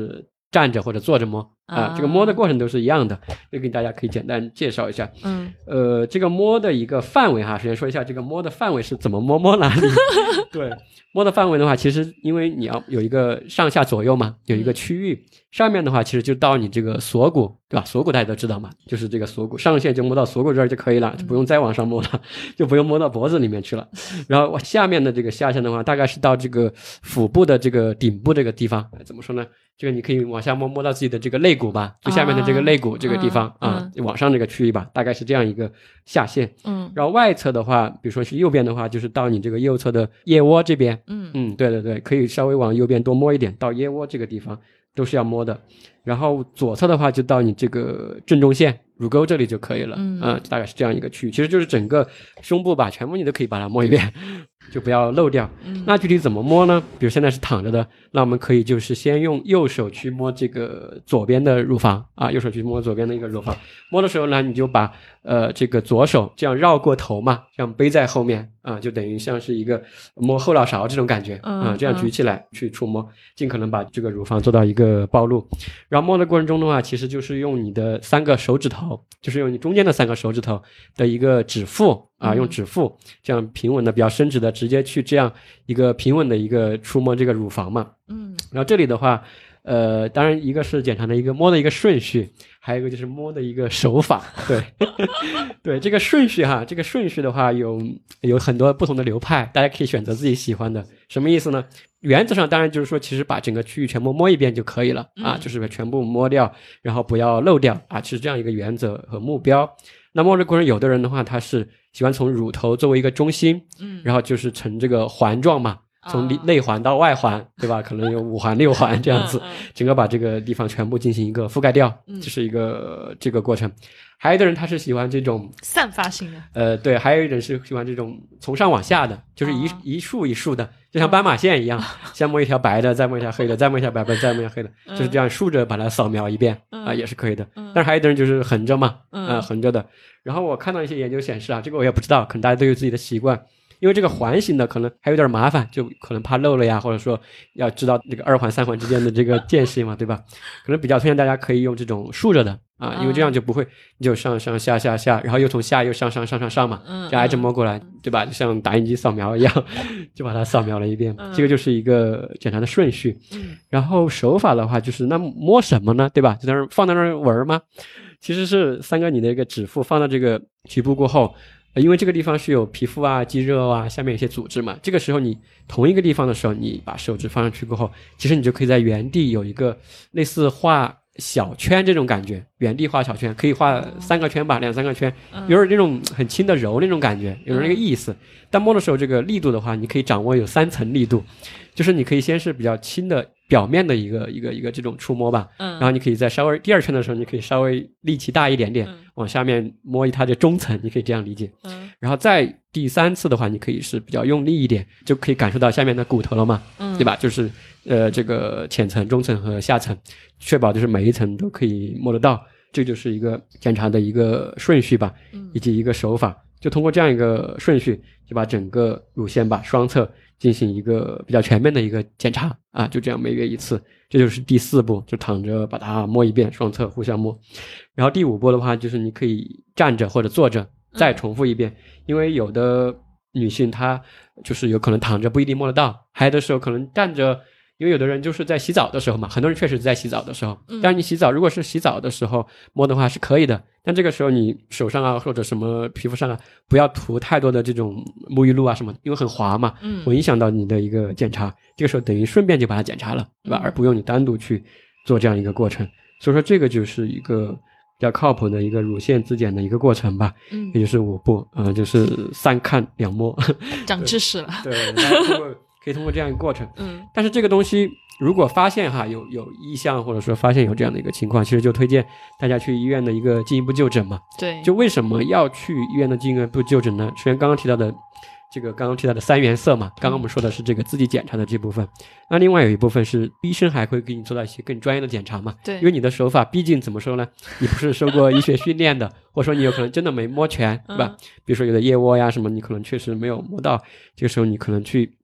站着或者坐着摸啊、呃，这个摸的过程都是一样的，就给大家可以简单介绍一下。 嗯， 呃，这个摸的一个范围哈，首先说一下这个摸的范围是怎么摸，摸哪里？对，摸的范围的话，其实因为你要有一个上下左右嘛，有一个区域，上面的话其实就到你这个锁骨，对吧？锁骨大家都知道嘛，就是这个锁骨上线就摸到锁骨这儿就可以了，就不用再往上摸了，就不用摸到脖子里面去了。然后下面的这个下线的话，大概是到这个腹部的这个顶部这个地方，怎么说呢？这个你可以往下摸摸到自己的这个肋骨吧，就下面的这个肋骨这个地方、啊嗯、啊，往上这个区域吧，大概是这样一个下线。嗯，然后外侧的话，比如说是右边的话，就是到你这个右侧的腋窝这边。嗯嗯，对对对，可以稍微往右边多摸一点，到腋窝这个地方都是要摸的。然后左侧的话就到你这个正中线乳沟这里就可以了。嗯、啊，大概是这样一个区域，其实就是整个胸部吧，全部你都可以把它摸一遍。就不要漏掉、嗯、那具体怎么摸呢？比如现在是躺着的，那我们可以就是先用右手去摸这个左边的乳房啊，右手去摸左边的一个乳房，摸的时候呢，你就把呃这个左手这样绕过头嘛，这样背在后面啊，就等于像是一个摸后脑勺这种感觉、嗯、啊，这样举起来去触摸，尽可能把这个乳房做到一个暴露。然后摸的过程中的话，其实就是用你的三个手指头，就是用你中间的三个手指头的一个指腹啊，用指腹这样平稳的比较伸直的直接去这样一个平稳的一个触摸这个乳房嘛。嗯，然后这里的话呃，当然一个是检查的一个摸的一个顺序，还有一个就是摸的一个手法。对对，这个顺序哈，这个顺序的话有有很多不同的流派，大家可以选择自己喜欢的。什么意思呢？原则上当然就是说其实把整个区域全部摸一遍就可以了啊，就是全部摸掉，然后不要漏掉啊，是这样一个原则和目标。那摸的过程有的人的话他是喜欢从乳头作为一个中心，嗯，然后就是呈这个环状嘛，从内环到外环，对吧？可能有五环六环这样子，整个把这个地方全部进行一个覆盖掉，这是一个这个过程。还有的人他是喜欢这种散发性的， 呃，对，还有一人是喜欢这种从上往下的，就是一、哦、一束一束的，就像斑马线一样，哦、先摸一条白的，再摸一条黑的，再摸一条白的，再摸一条黑的，嗯、就是这样竖着把它扫描一遍啊、嗯呃，也是可以的。嗯、但是还有的人就是横着嘛，啊、嗯呃，横着的。然后我看到一些研究显示啊，这个我也不知道，可能大家都有自己的习惯。因为这个环形的可能还有点麻烦，就可能怕漏了呀，或者说要知道这个二环三环之间的这个间隙嘛，对吧？可能比较推荐大家可以用这种竖着的啊，因为这样就不会你就上上下下下，然后又从下又上上上上上嘛，就挨着摸过来，对吧？就像打印机扫描一样，就把它扫描了一遍。这个就是一个检查的顺序。然后手法的话就是那摸什么呢？对吧？就在那儿放在那儿玩吗？其实是三个你的一个指腹放到这个局部过后。因为这个地方是有皮肤啊肌肉啊下面有些组织嘛，这个时候你同一个地方的时候你把手指放上去过后，其实你就可以在原地有一个类似画小圈这种感觉，原地画小圈，可以画三个圈吧，两三个圈，有点那种很轻的揉那种感觉，有点那个意思。但摸的时候这个力度的话，你可以掌握有三层力度，就是你可以先是比较轻的表面的一个一个一个这种触摸吧，嗯，然后你可以在稍微第二圈的时候，你可以稍微力气大一点点，嗯、往下面摸它的中层，你可以这样理解，嗯，然后再第三次的话，你可以是比较用力一点，就可以感受到下面的骨头了嘛，嗯，对吧？就是呃这个浅层、中层和下层，确保就是每一层都可以摸得到，这就是一个检查的一个顺序吧，嗯，以及一个手法。就通过这样一个顺序，就把整个乳腺吧双侧进行一个比较全面的一个检查啊，就这样每月一次，这就是第四步，就躺着把它摸一遍，双侧互相摸。然后第五步的话，就是你可以站着或者坐着再重复一遍，嗯、因为有的女性她就是有可能躺着不一定摸得到，还有的时候可能站着。因为有的人就是在洗澡的时候嘛，很多人确实在洗澡的时候，但是你洗澡如果是洗澡的时候摸的话是可以的，但这个时候你手上啊或者什么皮肤上啊不要涂太多的这种沐浴露啊什么，因为很滑嘛，会影响到你的一个检查，这个时候等于顺便就把它检查了，对吧？而不用你单独去做这样一个过程，所以说这个就是一个比较靠谱的一个乳腺自检的一个过程吧，嗯，也就是五步，嗯，就是三看两摸， 长知识了， 对，然后通过可以通过这样一个过程，嗯，但是这个东西如果发现哈有有异象，或者说发现有这样的一个情况，其实就推荐大家去医院的一个进一步就诊嘛。 对， 就为什么要去医院的进一步就诊呢？首先刚刚提到的这个刚刚提到的三原色嘛，刚刚我们说的是这个自己检查的这部分，那另外有一部分是医生还会给你做到一些更专业的检查嘛。 对， 因为你的手法毕竟怎么说呢，你不是受过医学训练的，或者说你有可能真的没摸全，对吧？比如说有的腋窝呀什么，你可能确实没有摸到，这个时候你可能去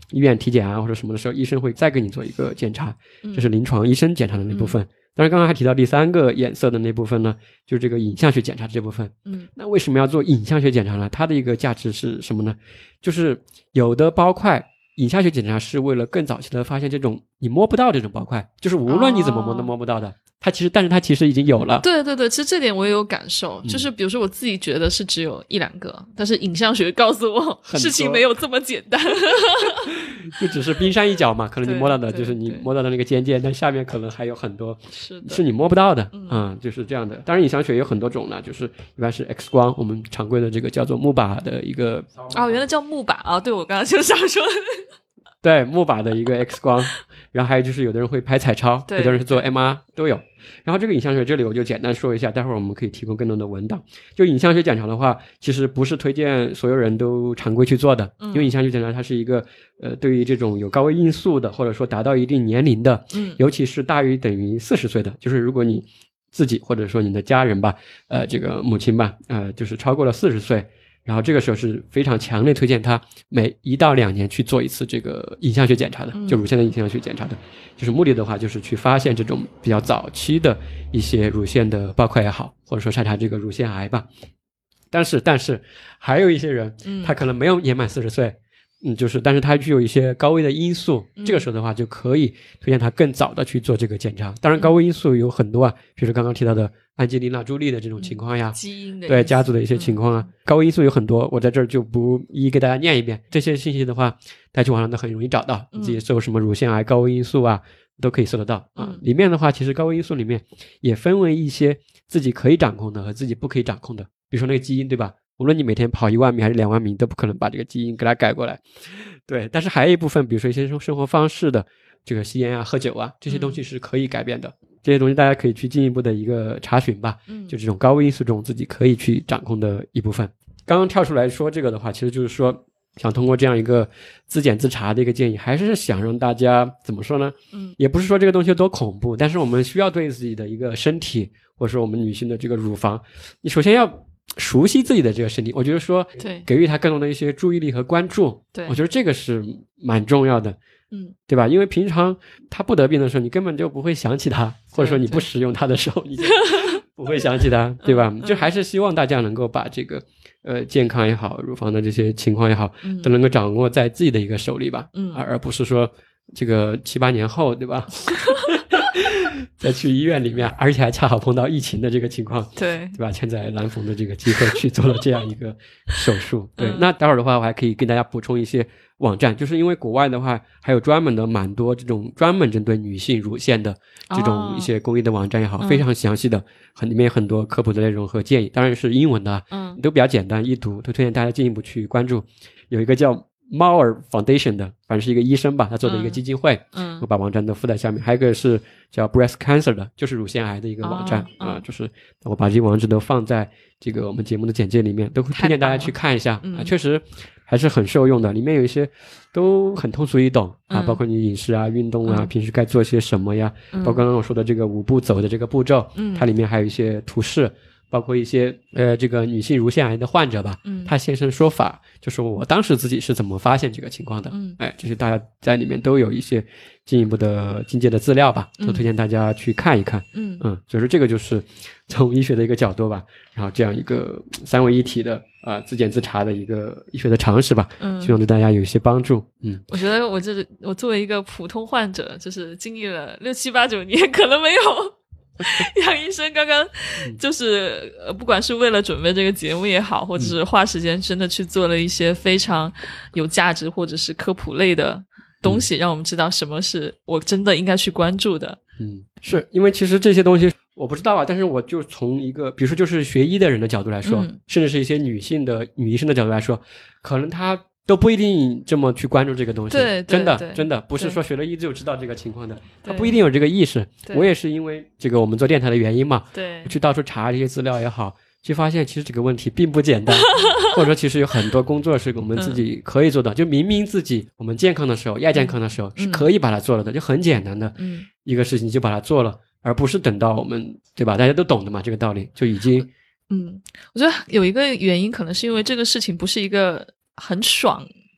医院体检啊或者什么的时候，医生会再给你做一个检查，这是临床医生检查的那部分。嗯当然刚刚还提到第三个颜色的那部分呢，就是这个影像学检查这部分。嗯，那为什么要做影像学检查呢？它的一个价值是什么呢？就是有的包块影像学检查是为了更早期的发现这种你摸不到这种包块，就是无论你怎么摸都摸不到的。哦它其实但是它其实已经有了。 对对对，其实这点我也有感受，就是比如说我自己觉得是只有一两个、嗯、但是影像学告诉我事情没有这么简单就只是冰山一角嘛，可能你摸到的就是你摸到的那个尖尖，但下面可能还有很多是是你摸不到的。 嗯, 嗯，就是这样的。当然影像学有很多种呢，就是一般是 X 光，我们常规的这个叫做木靶的一个哦，原来叫木靶啊、哦！对，我刚刚就想说对木靶的一个 X 光然后还有就是有的人会拍彩超，有的人是做 M R 都有。然后这个影像学这里我就简单说一下，待会儿我们可以提供更多的文档。就影像学检查的话，其实不是推荐所有人都常规去做的，嗯、因为影像学检查它是一个呃，对于这种有高危因素的，或者说达到一定年龄的，嗯，尤其是大于等于四十岁的，就是如果你自己或者说你的家人吧，呃，这个母亲吧，呃，就是超过了四十岁。然后这个时候是非常强烈推荐他每一到两年去做一次这个影像学检查的，就乳腺的影像学检查的，就是目的的话就是去发现这种比较早期的一些乳腺的包块也好，或者说筛查这个乳腺癌吧。但是但是还有一些人他可能没有年满四十岁，嗯，就是但是他具有一些高危的因素，这个时候的话就可以推荐他更早的去做这个检查。当然高危因素有很多啊，比如说刚刚提到的安吉丽娜朱莉的这种情况呀， 基因的对家族的一些情况啊，嗯、高危因素有很多，我在这儿就不一一给大家念一遍。这些信息的话，大家去网上都很容易找到，你自己搜什么乳腺癌高危因素啊，都可以搜得到啊。嗯、里面的话，其实高危因素里面也分为一些自己可以掌控的和自己不可以掌控的，比如说那个基因，对吧？无论你每天跑一万米还是两万米，都不可能把这个基因给它改过来。对，但是还有一部分，比如说一些生活方式的，这个吸烟啊、喝酒啊，这些东西是可以改变的。嗯、这些东西大家可以去进一步的一个查询吧。嗯，就这种高危因素中自己可以去掌控的一部分。刚刚跳出来说这个的话，其实就是说想通过这样一个自检自查的一个建议，还是想让大家怎么说呢？嗯，也不是说这个东西有多恐怖，但是我们需要对自己的一个身体，或者说我们女性的这个乳房，你首先要熟悉自己的这个身体，我觉得说对给予他更多的一些注意力和关注，对，我觉得这个是蛮重要的，嗯，对吧？因为平常他不得病的时候，你根本就不会想起他，或者说你不使用他的时候，你就不会想起他，对吧？嗯、就还是希望大家能够把这个呃健康也好，乳房的这些情况也好，嗯、都能够掌握在自己的一个手里吧，嗯，而而不是说这个七八年后，对吧？再去医院里面，而且还恰好碰到疫情的这个情况， 对对吧？现在蓝缝的这个机会去做了这样一个手术，对。嗯、那待会儿的话，我还可以跟大家补充一些网站，就是因为国外的话，还有专门的蛮多这种专门针对女性乳腺的这种一些公益的网站也好，哦、非常详细的，很里面有很多科普的内容和建议，当然是英文的，嗯，都比较简单易读，都推荐大家进一步去关注。有一个叫猫儿 Foundation 的，反正是一个医生吧，他做的一个基金会，嗯，我把网站都附在下面。还有一个是叫 Breast Cancer 的，就是乳腺癌的一个网站啊、哦呃，就是我把这些网址都放在这个我们节目的简介里面，都会推荐大家去看一下、嗯、啊，确实还是很受用的。里面有一些都很通俗易懂啊，包括你饮食啊、运动啊、嗯、平时该做些什么呀，嗯、包括刚刚我说的这个五步走的这个步骤，嗯，它里面还有一些图示。包括一些呃，这个女性乳腺癌的患者吧，嗯，她现身说法，就说我当时自己是怎么发现这个情况的，嗯，哎，这些大家在里面都有一些进一步的进阶的资料吧，都推荐大家去看一看，嗯嗯，所以说这个就是从医学的一个角度吧，然后这样一个三位一体的啊、呃、自检自查的一个医学的常识吧，嗯，希望对大家有一些帮助，嗯， 我觉得我这我作为一个普通患者，就是经历了六七八九年，可能没有。杨医生刚刚就是呃，不管是为了准备这个节目也好，或者是花时间真的去做了一些非常有价值或者是科普类的东西，让我们知道什么是我真的应该去关注的。 嗯，是因为其实这些东西我不知道啊，但是我就从一个比如说就是学医的人的角度来说、嗯、甚至是一些女性的女医生的角度来说，可能她都不一定这么去关注这个东西， 对， 真的真的不是说学了医就知道这个情况的，他不一定有这个意识。我也是因为这个我们做电台的原因嘛， 对， 去到处查这些资料也好，去发现其实这个问题并不简单，或者说其实有很多工作是我们自己可以做的，嗯、就明明自己我们健康的时候、亚健康的时候是可以把它做了的，嗯、就很简单的一个事情就把它做了，而不是等到我们对吧？大家都懂的嘛，这个道理就已经。 嗯，我觉得有一个原因可能是因为这个事情不是一个很爽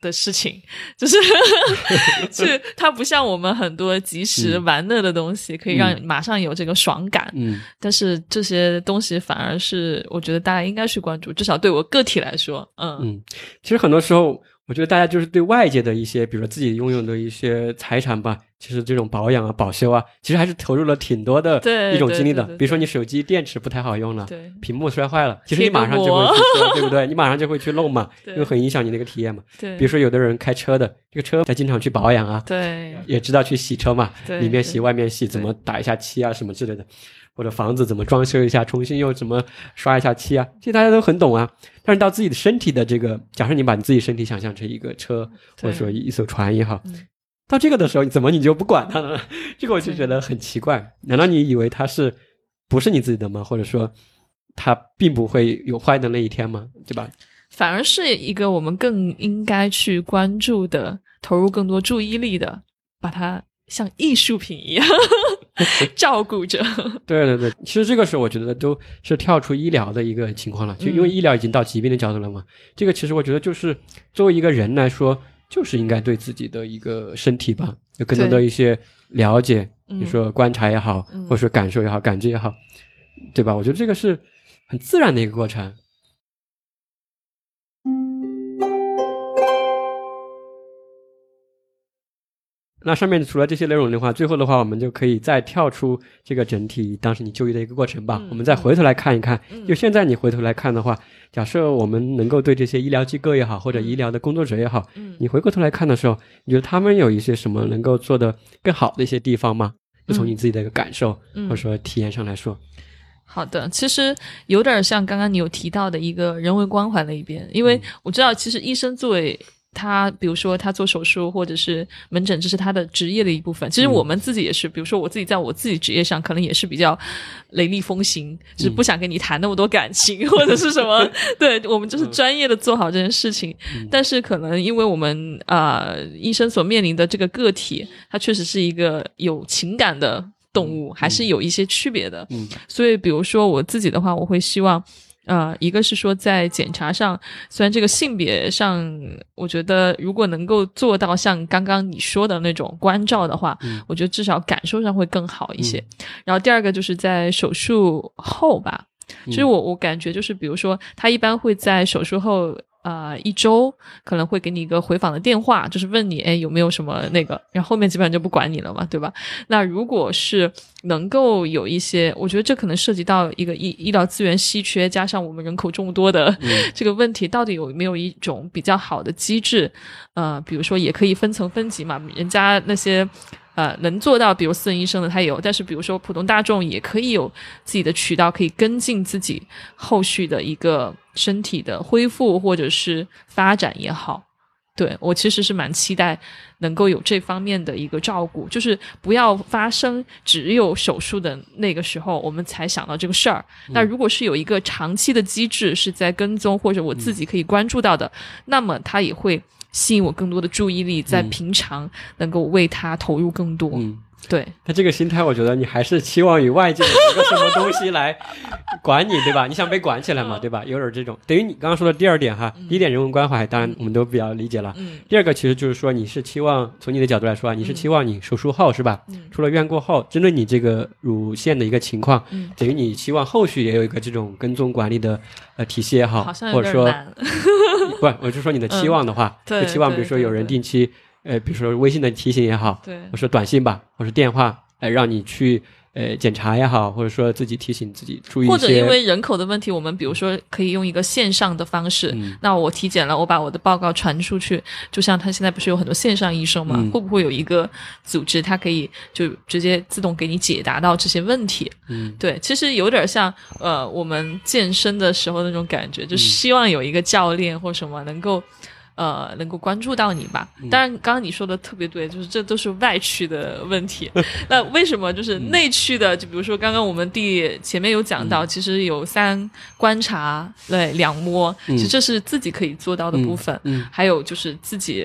的事情，就是是它不像我们很多即时玩乐的东西、嗯、可以让马上有这个爽感，嗯，但是这些东西反而是我觉得大家应该去关注，至少对我个体来说，嗯嗯，其实很多时候我觉得大家就是对外界的一些比如说自己拥有的一些财产吧，其实这种保养啊保修啊其实还是投入了挺多的一种精力的，比如说你手机电池不太好用了，对，屏幕摔坏了，其实你马上就会去修，对不对？你马上就会去弄嘛，因为很影响你那个体验嘛。对，比如说有的人开车的，这个车在经常去保养啊，对，也知道去洗车嘛，对，里面洗外面洗，怎么打一下漆啊什么之类的，或者房子怎么装修一下，重新又怎么刷一下漆啊，这大家都很懂啊。但是到自己的身体的这个，假设你把你自己身体想象成一个车，或者说一艘船也好，到这个的时候怎么你就不管它呢？这个我就觉得很奇怪，难道你以为它是不是你自己的吗？或者说它并不会有坏的那一天吗？对吧？ 反而是一个我们更应该去关注的，投入更多注意力的，把它像艺术品一样照顾着。 对对对，其实这个时候我觉得都是跳出医疗的一个情况了，就因为医疗已经到疾病的角度了嘛、嗯、这个其实我觉得就是作为一个人来说，就是应该对自己的一个身体吧有更多的一些了解，比如说观察也好、嗯、或者说感受也好感知也好，对吧？我觉得这个是很自然的一个过程。那上面除了这些内容的话，最后的话我们就可以再跳出这个整体当时你就医的一个过程吧、嗯、我们再回头来看一看、嗯、就现在你回头来看的话，假设我们能够对这些医疗机构也好或者医疗的工作者也好、嗯、你回过头来看的时候，你觉得他们有一些什么能够做得更好的一些地方吗？就从你自己的一个感受、嗯、或者说体验上来说。 好的，其实有点像刚刚你有提到的一个人文关怀的一边，因为我知道其实医生作为他比如说他做手术或者是门诊，这是他的职业的一部分，其实我们自己也是、嗯、比如说我自己在我自己职业上可能也是比较雷厉风行，就是不想跟你谈那么多感情、嗯、或者是什么对，我们就是专业的做好这件事情、嗯、但是可能因为我们呃医生所面临的这个个体，他确实是一个有情感的动物，还是有一些区别的、嗯、所以比如说我自己的话，我会希望呃，一个是说在检查上，虽然这个性别上我觉得如果能够做到像刚刚你说的那种关照的话、嗯、我觉得至少感受上会更好一些、嗯、然后第二个就是在手术后吧，其实我我感觉就是比如说他一般会在手术后呃，一周可能会给你一个回访的电话，就是问你诶有没有什么那个，然后后面基本上就不管你了嘛，对吧？那如果是能够有一些，我觉得这可能涉及到一个医医疗资源稀缺加上我们人口众多的、嗯、这个问题，到底有没有一种比较好的机制，呃比如说也可以分层分级嘛，人家那些呃，能做到比如私人医生的他有，但是比如说普通大众也可以有自己的渠道，可以跟进自己后续的一个身体的恢复或者是发展也好。对，我其实是蛮期待能够有这方面的一个照顾，就是不要发生只有手术的那个时候我们才想到这个事儿、嗯、那如果是有一个长期的机制是在跟踪或者我自己可以关注到的、嗯、那么它也会吸引我更多的注意力，在平常能够为他投入更多。嗯，对。那这个心态我觉得你还是期望于外界有一个什么东西来管你，对吧？你想被管起来嘛，对吧？有点这种等于你刚刚说的第二点哈、嗯、第一点人文关怀当然我们都比较理解了、嗯、第二个其实就是说你是期望从你的角度来说你是期望你手术后是吧、嗯、出了院过后针对你这个乳腺的一个情况、嗯、等于你希望后续也有一个这种跟踪管理的呃体系也好， 好像有点难或者说不我就说你的期望的话、嗯、就期望比如说有人定期呃，比如说微信的提醒也好，对，或者说短信吧，或者电话，来让你去呃检查也好，或者说自己提醒自己注意一些。 或者因为人口的问题，我们比如说可以用一个线上的方式，嗯、那我体检了，我把我的报告传出去，就像他现在不是有很多线上医生嘛、嗯，会不会有一个组织，它可以就直接自动给你解答到这些问题？嗯，对，其实有点像呃我们健身的时候那种感觉，就希望有一个教练或什么能够。呃，能够关注到你吧。当然刚刚你说的特别对，就是这都是外区的问题那为什么就是内区的，就比如说刚刚我们第前面有讲到、嗯、其实有三观察对两摸、嗯、其实这是自己可以做到的部分、嗯嗯、还有就是自己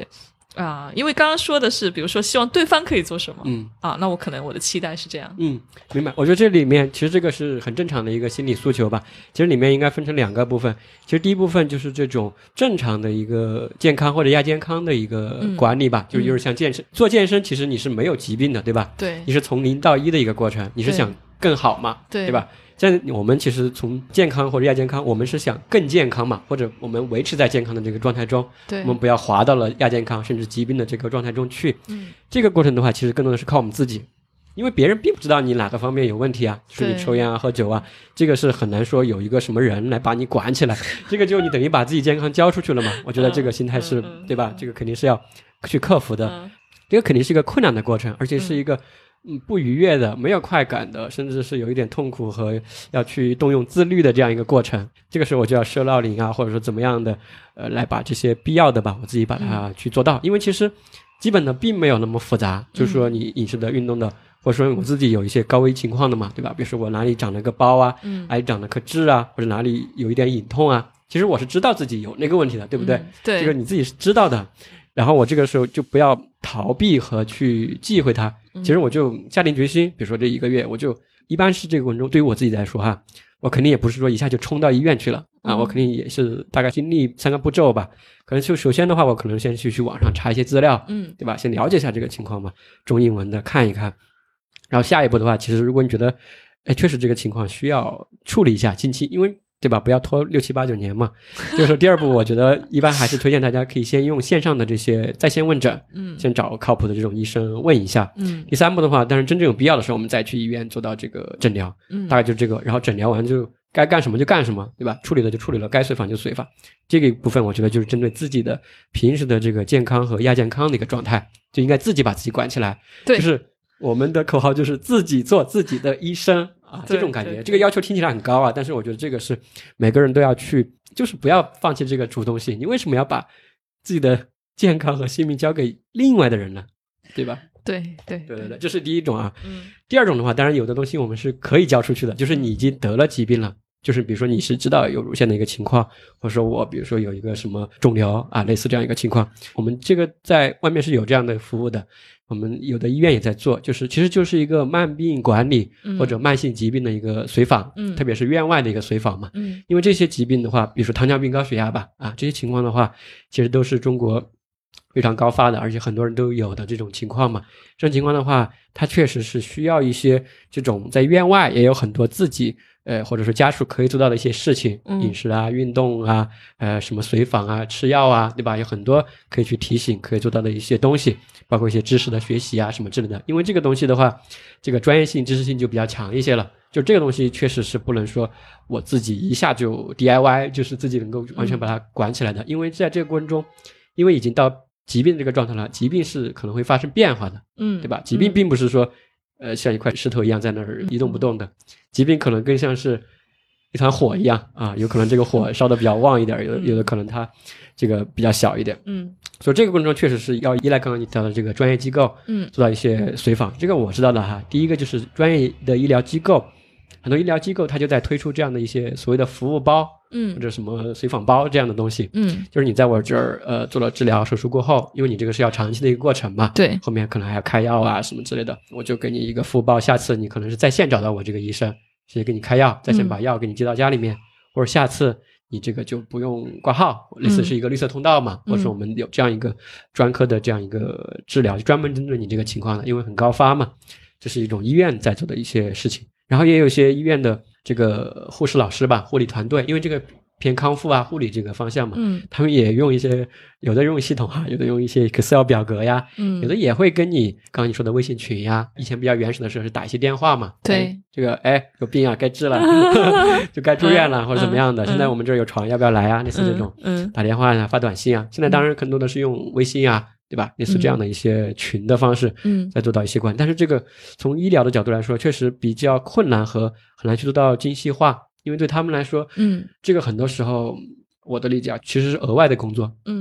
啊，因为刚刚说的是比如说希望对方可以做什么， 嗯啊，那我可能我的期待是这样。 嗯，明白。我觉得这里面其实这个是很正常的一个心理诉求吧。其实里面应该分成两个部分，其实第一部分就是这种正常的一个健康或者亚健康的一个管理吧，嗯、就就是像健身、嗯、做健身其实你是没有疾病的，对吧？ 对， 你是从零到一的一个过程，你是想更好嘛， 对, 对吧？像我们其实从健康或者亚健康，我们是想更健康嘛，或者我们维持在健康的这个状态中， 对， 我们不要滑到了亚健康甚至疾病的这个状态中去。嗯，这个过程的话，其实更多的是靠我们自己，因为别人并不知道你哪个方面有问题啊，就是你抽烟啊、喝酒啊，这个是很难说有一个什么人来把你管起来，这个就你等于把自己健康交出去了嘛。我觉得这个心态是、嗯、对吧？这个肯定是要去克服的，嗯、这个肯定是一个困难的过程，而且是一个。嗯嗯，不愉悦的，没有快感的，甚至是有一点痛苦和要去动用自律的这样一个过程。这个时候我就要设闹铃啊，或者说怎么样的，呃，来把这些必要的吧，我自己把它去做到。嗯、因为其实基本的并没有那么复杂，嗯、就是说你饮食的、运动的，或者说我自己有一些高危情况的嘛，对吧？比如说我哪里长了个包啊，嗯，哪里长了颗痣啊，或者哪里有一点隐痛啊，其实我是知道自己有那个问题的，对不对？嗯、 对， 这个你自己是知道的。然后我这个时候就不要逃避和去忌讳它，其实我就下定决心，比如说这一个月，我就一般是这个过程中，对于我自己来说哈，我肯定也不是说一下就冲到医院去了啊，我肯定也是大概经历三个步骤吧。可能就首先的话，我可能先去去网上查一些资料，嗯，对吧？先了解一下这个情况嘛，中英文的看一看。然后下一步的话，其实如果你觉得，哎，确实这个情况需要处理一下，近期因为。对吧？不要拖六七八九年嘛。就是第二步，我觉得一般还是推荐大家可以先用线上的这些在线问诊，嗯，先找靠谱的这种医生问一下。嗯，第三步的话，当然真正有必要的时候，我们再去医院做到这个诊疗。嗯，大概就这个，然后诊疗完就该干什么就干什么，对吧？处理了就处理了，该随访就随访。这个部分我觉得就是针对自己的平时的这个健康和亚健康的一个状态，就应该自己把自己管起来。对，就是我们的口号就是自己做自己的医生。啊，这种感觉，这个要求听起来很高啊，但是我觉得这个是每个人都要去，就是不要放弃这个主动性。你为什么要把自己的健康和性命交给另外的人呢？对吧？ 对对对对对，这是第一种啊。嗯。第二种的话，当然有的东西我们是可以交出去的，就是你已经得了疾病了，就是比如说你是知道有乳腺的一个情况，或者说我比如说有一个什么肿瘤啊，类似这样一个情况，我们这个在外面是有这样的服务的。我们有的医院也在做，就是其实就是一个慢病管理或者慢性疾病的一个随访，嗯，特别是院外的一个随访嘛，嗯，因为这些疾病的话，比如说糖尿病、高血压吧，啊，这些情况的话，其实都是中国非常高发的，而且很多人都有的这种情况嘛。这种情况的话，它确实是需要一些这种在院外也有很多自己呃或者说家属可以做到的一些事情，嗯、饮食啊、运动啊、呃什么随访啊、吃药啊，对吧？有很多可以去提醒、可以做到的一些东西。包括一些知识的学习啊什么之类的，因为这个东西的话，这个专业性知识性就比较强一些了，就这个东西确实是不能说我自己一下就 D I Y 就是自己能够完全把它管起来的，嗯、因为在这个过程中，因为已经到疾病这个状态了，疾病是可能会发生变化的，嗯，对吧？疾病并不是说呃像一块石头一样在那儿一动不动的，疾病可能更像是一团火一样啊，有可能这个火烧得比较旺一点，有的有的可能它这个比较小一点，嗯。所以这个过程中确实是要依赖刚刚你提到的这个专业机构，嗯，做到一些随访，这个我知道的哈。第一个就是专业的医疗机构，很多医疗机构它就在推出这样的一些所谓的服务包，嗯，或者什么随访包这样的东西，嗯，就是你在我这儿呃做了治疗手术过后，因为你这个是要长期的一个过程嘛，对，后面可能还要开药啊什么之类的，我就给你一个服务包，下次你可能是在线找到我这个医生，直接给你开药，在线把药给你寄到家里面，嗯、或者下次。你这个就不用挂号，类似是一个绿色通道嘛，嗯、或者说我们有这样一个专科的这样一个治疗，专门针对你这个情况的，因为很高发嘛，这是一种医院在做的一些事情。然后也有一些医院的这个护士老师吧，护理团队，因为这个偏康复啊、护理这个方向嘛，嗯，他们也用一些，有的用系统哈、啊，有的用一些 Excel 表格呀，嗯，有的也会跟你刚刚你说的微信群呀，以前比较原始的时候是打一些电话嘛，对，哎这个哎有病啊，该治了，就该住院了、嗯、或者怎么样的、嗯，现在我们这儿有床，要不要来啊？类似这种，嗯，打电话呀、发短信啊，现在当然更多的是用微信啊。对吧？类似这样的一些群的方式，嗯，再做到一些关系。但是这个从医疗的角度来说，确实比较困难和很难去做到精细化，因为对他们来说，嗯，这个很多时候我的理解啊，其实是额外的工作，嗯，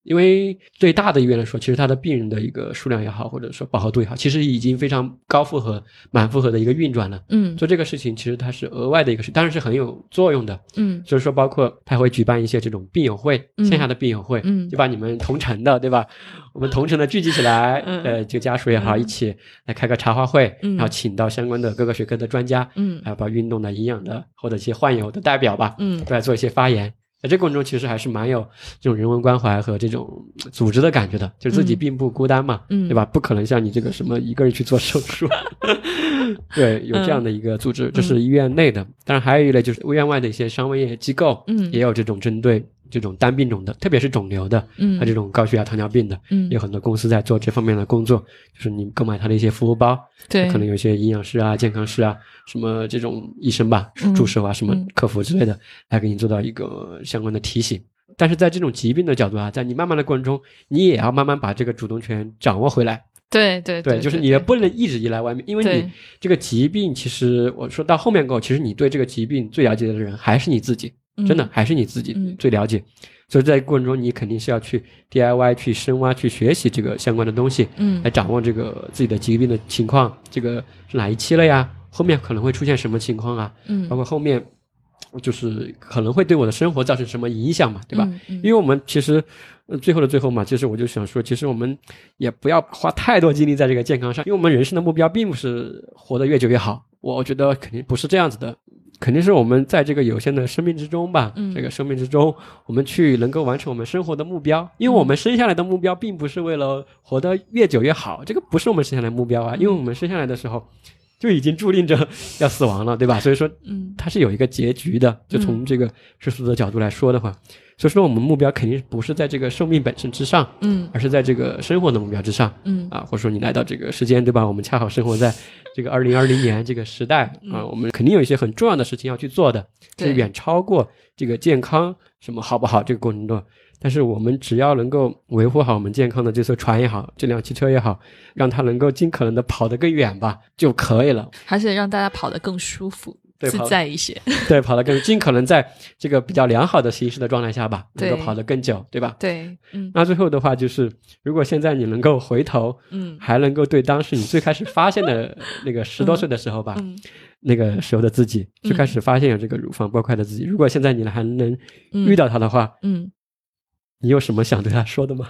因为对大的医院来说，其实它的病人的一个数量也好，或者说饱和度也好，其实已经非常高负荷、满负荷的一个运转了。 嗯， 做这个事情其实它是额外的一个事，当然是很有作用的。 嗯， 就是说包括他会举办一些这种病友会， 嗯、 线下的病友会， 嗯， 就把你们同城的，对吧？我们同城的聚集起来，嗯、呃，就家属也好，嗯、一起来开个茶话会，嗯、然后请到相关的各个学科的专家，嗯，还有把运动的、营养的或者一些患有的代表吧，嗯，都来做一些发言。在这个过程中其实还是蛮有这种人文关怀和这种组织的感觉的，就是自己并不孤单嘛，嗯、对吧？不可能像你这个什么一个人去做手术对，有这样的一个组织，这、嗯、是医院内的。当然还有一类就是医院外的一些商业机构，嗯，也有这种针对这种单病种的，特别是肿瘤的，嗯，和这种高血压糖尿病的，嗯，有很多公司在做这方面的工作，就是你购买它的一些服务包，对，可能有一些营养师啊、健康师啊，什么这种医生吧、助手啊、什么客服之类的、嗯、来给你做到一个相关的提醒。但是在这种疾病的角度啊，在你慢慢的过程中，你也要慢慢把这个主动权掌握回来。 对对 对, 对，就是你也不能一直依赖外面，因为你这个疾病，其实我说到后面过后，其实你对这个疾病最了解的人还是你自己，真的、嗯、还是你自己最了解。嗯、所以在过程中，你肯定是要去 D I Y 去深挖去学习这个相关的东西，嗯，来掌握这个自己的疾病的情况，这个是哪一期了呀？后面可能会出现什么情况啊？嗯，包括后面就是可能会对我的生活造成什么影响嘛，对吧？嗯嗯、因为我们其实。呃，最后的最后嘛，其实我就想说，其实我们也不要花太多精力在这个健康上，因为我们人生的目标并不是活得越久越好，我觉得肯定不是这样子的，肯定是我们在这个有限的生命之中吧，嗯、这个生命之中，我们去能够完成我们生活的目标，因为我们生下来的目标并不是为了活得越久越好，这个不是我们生下来的目标啊，因为我们生下来的时候就已经注定着要死亡了，对吧？所以说，嗯，它是有一个结局的，就从这个世俗的角度来说的话。所以说我们目标肯定不是在这个寿命本身之上，嗯，而是在这个生活的目标之上，嗯啊，或者说你来到这个时间，对吧？我们恰好生活在这个二零二零年这个时代啊，我们肯定有一些很重要的事情要去做的，是远超过这个健康什么好不好这个过程中。但是我们只要能够维护好我们健康的这艘船也好，这辆汽车也好，让它能够尽可能的跑得更远吧，就可以了， 而且让大家跑得更舒服。自在一些， 对，跑得更尽可能在这个比较良好的形式的状态下吧，能够跑得更久，对吧？ 对，嗯。 那最后的话就是，如果现在你能够回头，嗯，还能够对当时你最开始发现的那个十多岁的时候吧，嗯，那个时候的自己，最开始发现有这个乳房剥块的自己，如果现在你还能遇到他的话，嗯，你有什么想对他说的吗？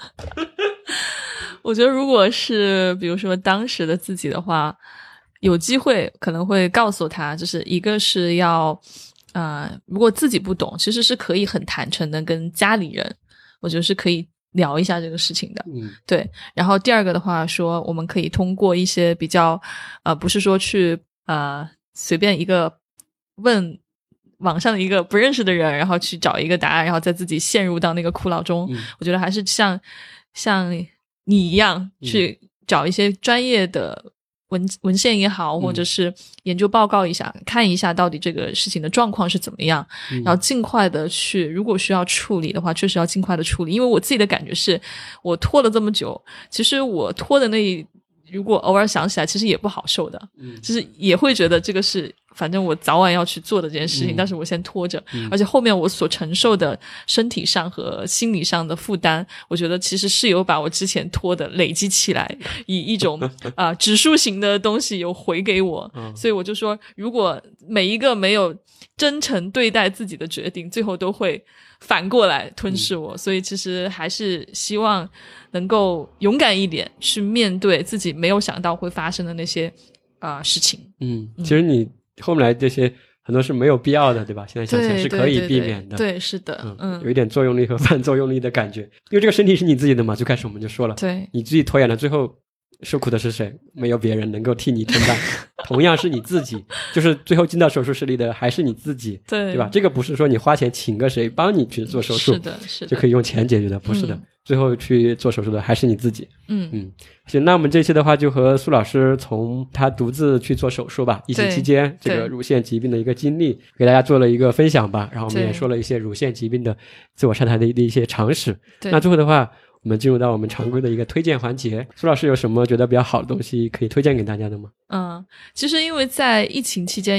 我觉得，如果是比如说当时的自己的话。有机会可能会告诉他，就是一个是要呃，如果自己不懂，其实是可以很坦诚的跟家里人，我觉得是可以聊一下这个事情的。嗯，对。然后第二个的话说，我们可以通过一些比较呃，不是说去呃随便一个问网上的一个不认识的人，然后去找一个答案，然后再自己陷入到那个苦恼中。嗯、我觉得还是像像你一样去找一些专业的文文献也好，或者是研究报告一下、嗯、看一下到底这个事情的状况是怎么样、嗯、然后尽快的去，如果需要处理的话确实要尽快的处理。因为我自己的感觉是，我拖了这么久，其实我拖的那一如果偶尔想起来其实也不好受的，嗯，就是也会觉得这个是反正我早晚要去做的这件事情、嗯、但是我先拖着、嗯、而且后面我所承受的身体上和心理上的负担，我觉得其实是有把我之前拖的累积起来，以一种啊、呃、指数型的东西有回给我、嗯、所以我就说，如果每一个没有真诚对待自己的决定，最后都会反过来吞噬我、嗯、所以其实还是希望能够勇敢一点去面对自己没有想到会发生的那些啊、呃、事情。嗯， 其实你后来这些很多是没有必要的，对吧？现在想起来是可以避免的。 对，对对对，是的，嗯， 嗯有一点作用力和反作用力的感觉，因为这个身体是你自己的嘛，最开始我们就说了， 对， 你自己拖延了，最后受苦的是谁？没有别人能够替你承担，同样是你自己，就是最后进到手术室里的还是你自己，对，对吧？这个不是说你花钱请个谁帮你去做手术， 是的，是的， 就可以用钱解决的，不是的。嗯，最后去做手术的还是你自己。嗯嗯，行，那我们这期的话就和苏老师从他独自去做手术吧，疫情期间这个乳腺疾病的一个经历给大家做了一个分享吧，然后我们也说了一些乳腺疾病的自我筛查的一些常识。那最后的话我们进入到我们常规的一个推荐环节，苏老师有什么觉得比较好的东西可以推荐给大家的吗？ 嗯，其实因为在疫情期间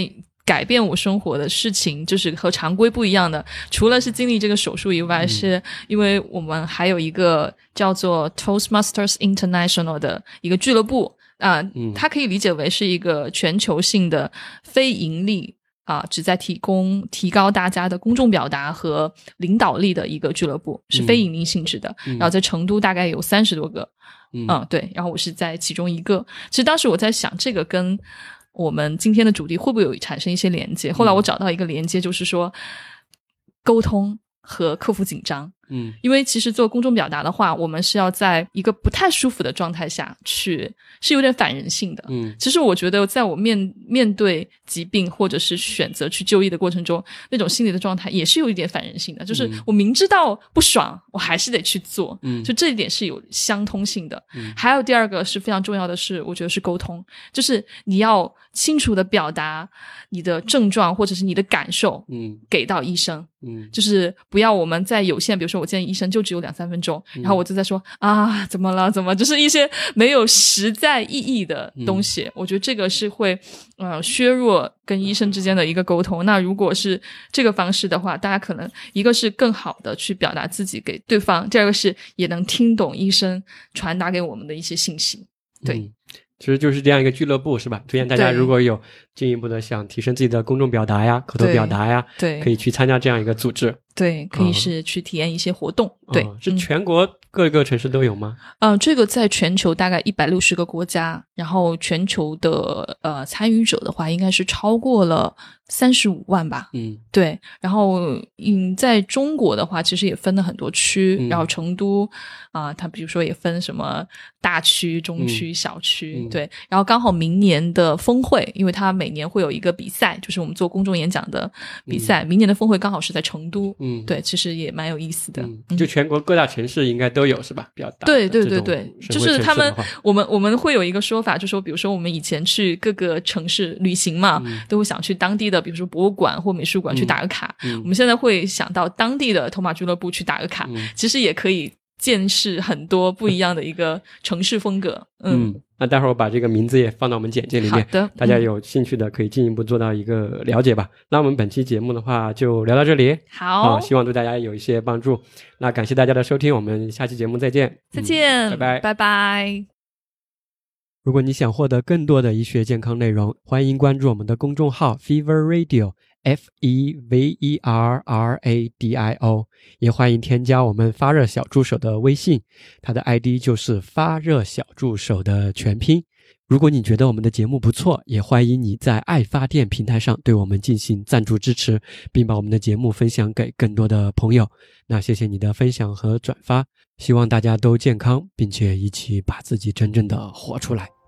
改变我生活的事情，就是和常规不一样的，除了是经历这个手术以外，嗯、是因为我们还有一个叫做 Toastmasters International 的一个俱乐部啊、呃嗯，它可以理解为是一个全球性的非盈利啊，旨在提供提高大家的公众表达和领导力的一个俱乐部，是非盈利性质的。嗯、然后在成都大概有三十多个，嗯, 嗯，对。然后我是在其中一个。其实当时我在想，这个跟我们今天的主题会不会有产生一些连接？后来我找到一个连接，就是说沟通和克服紧张。嗯，因为其实做公众表达的话，我们是要在一个不太舒服的状态下去，是有点反人性的。嗯，其实我觉得在我面面对疾病或者是选择去就医的过程中，那种心理的状态也是有一点反人性的，就是我明知道不爽，我还是得去做。嗯，就这一点是有相通性的。嗯，还有第二个是非常重要的是，我觉得是沟通，就是你要清楚的表达你的症状或者是你的感受，嗯，给到医生。嗯，就是不要我们在有限，比如说我见医生就只有两三分钟，然后我就在说、嗯、啊怎么了怎么，就是一些没有实在意义的东西、嗯、我觉得这个是会呃削弱跟医生之间的一个沟通。那如果是这个方式的话，大家可能一个是更好的去表达自己给对方，第二个是也能听懂医生传达给我们的一些信息。对、嗯其实就是这样一个俱乐部是吧？推荐大家如果有进一步的想提升自己的公众表达呀、口头表达呀， 对， 可以去参加这样一个组织。 对，可以是去体验一些活动。嗯、对、 嗯，是全国各个城市都有吗？ 嗯、呃，这个在全球大概一百六十个国家，然后全球的呃参与者的话，应该是超过了三十五万吧。嗯，对。然后嗯，在中国的话，其实也分了很多区，嗯、然后成都啊、呃，它比如说也分什么大区、中区、嗯、小区，对。然后刚好明年的峰会，因为它每年会有一个比赛，就是我们做公众演讲的比赛，嗯、明年的峰会刚好是在成都。嗯，对，其实也蛮有意思的。 嗯，就全国各大城市应该都有是吧？比较大。 对对对对，就是他们，我们我们会有一个说法，就说比如说我们以前去各个城市旅行嘛，嗯、都会想去当地的，比如说博物馆或美术馆去打个卡。嗯、我们现在会想到当地的头马俱乐部去打个卡，嗯、其实也可以见识很多不一样的一个城市风格。嗯。嗯那待会儿我把这个名字也放到我们简介里面， 好的， 大家有兴趣的可以进一步做到一个了解吧。嗯、那我们本期节目的话就聊到这里， 好、 哦，希望对大家有一些帮助。那感谢大家的收听，我们下期节目再见， 再见， 嗯、拜拜， 拜拜。 如果你想获得更多的医学健康内容，欢迎关注我们的公众号 Fever Radio F E V E R R A D I O， 也欢迎添加我们发热小助手的微信，他的 I D 就是发热小助手的全拼。如果你觉得我们的节目不错，也欢迎你在爱发电平台上对我们进行赞助支持，并把我们的节目分享给更多的朋友。那谢谢你的分享和转发，希望大家都健康，并且一起把自己真正的活出来。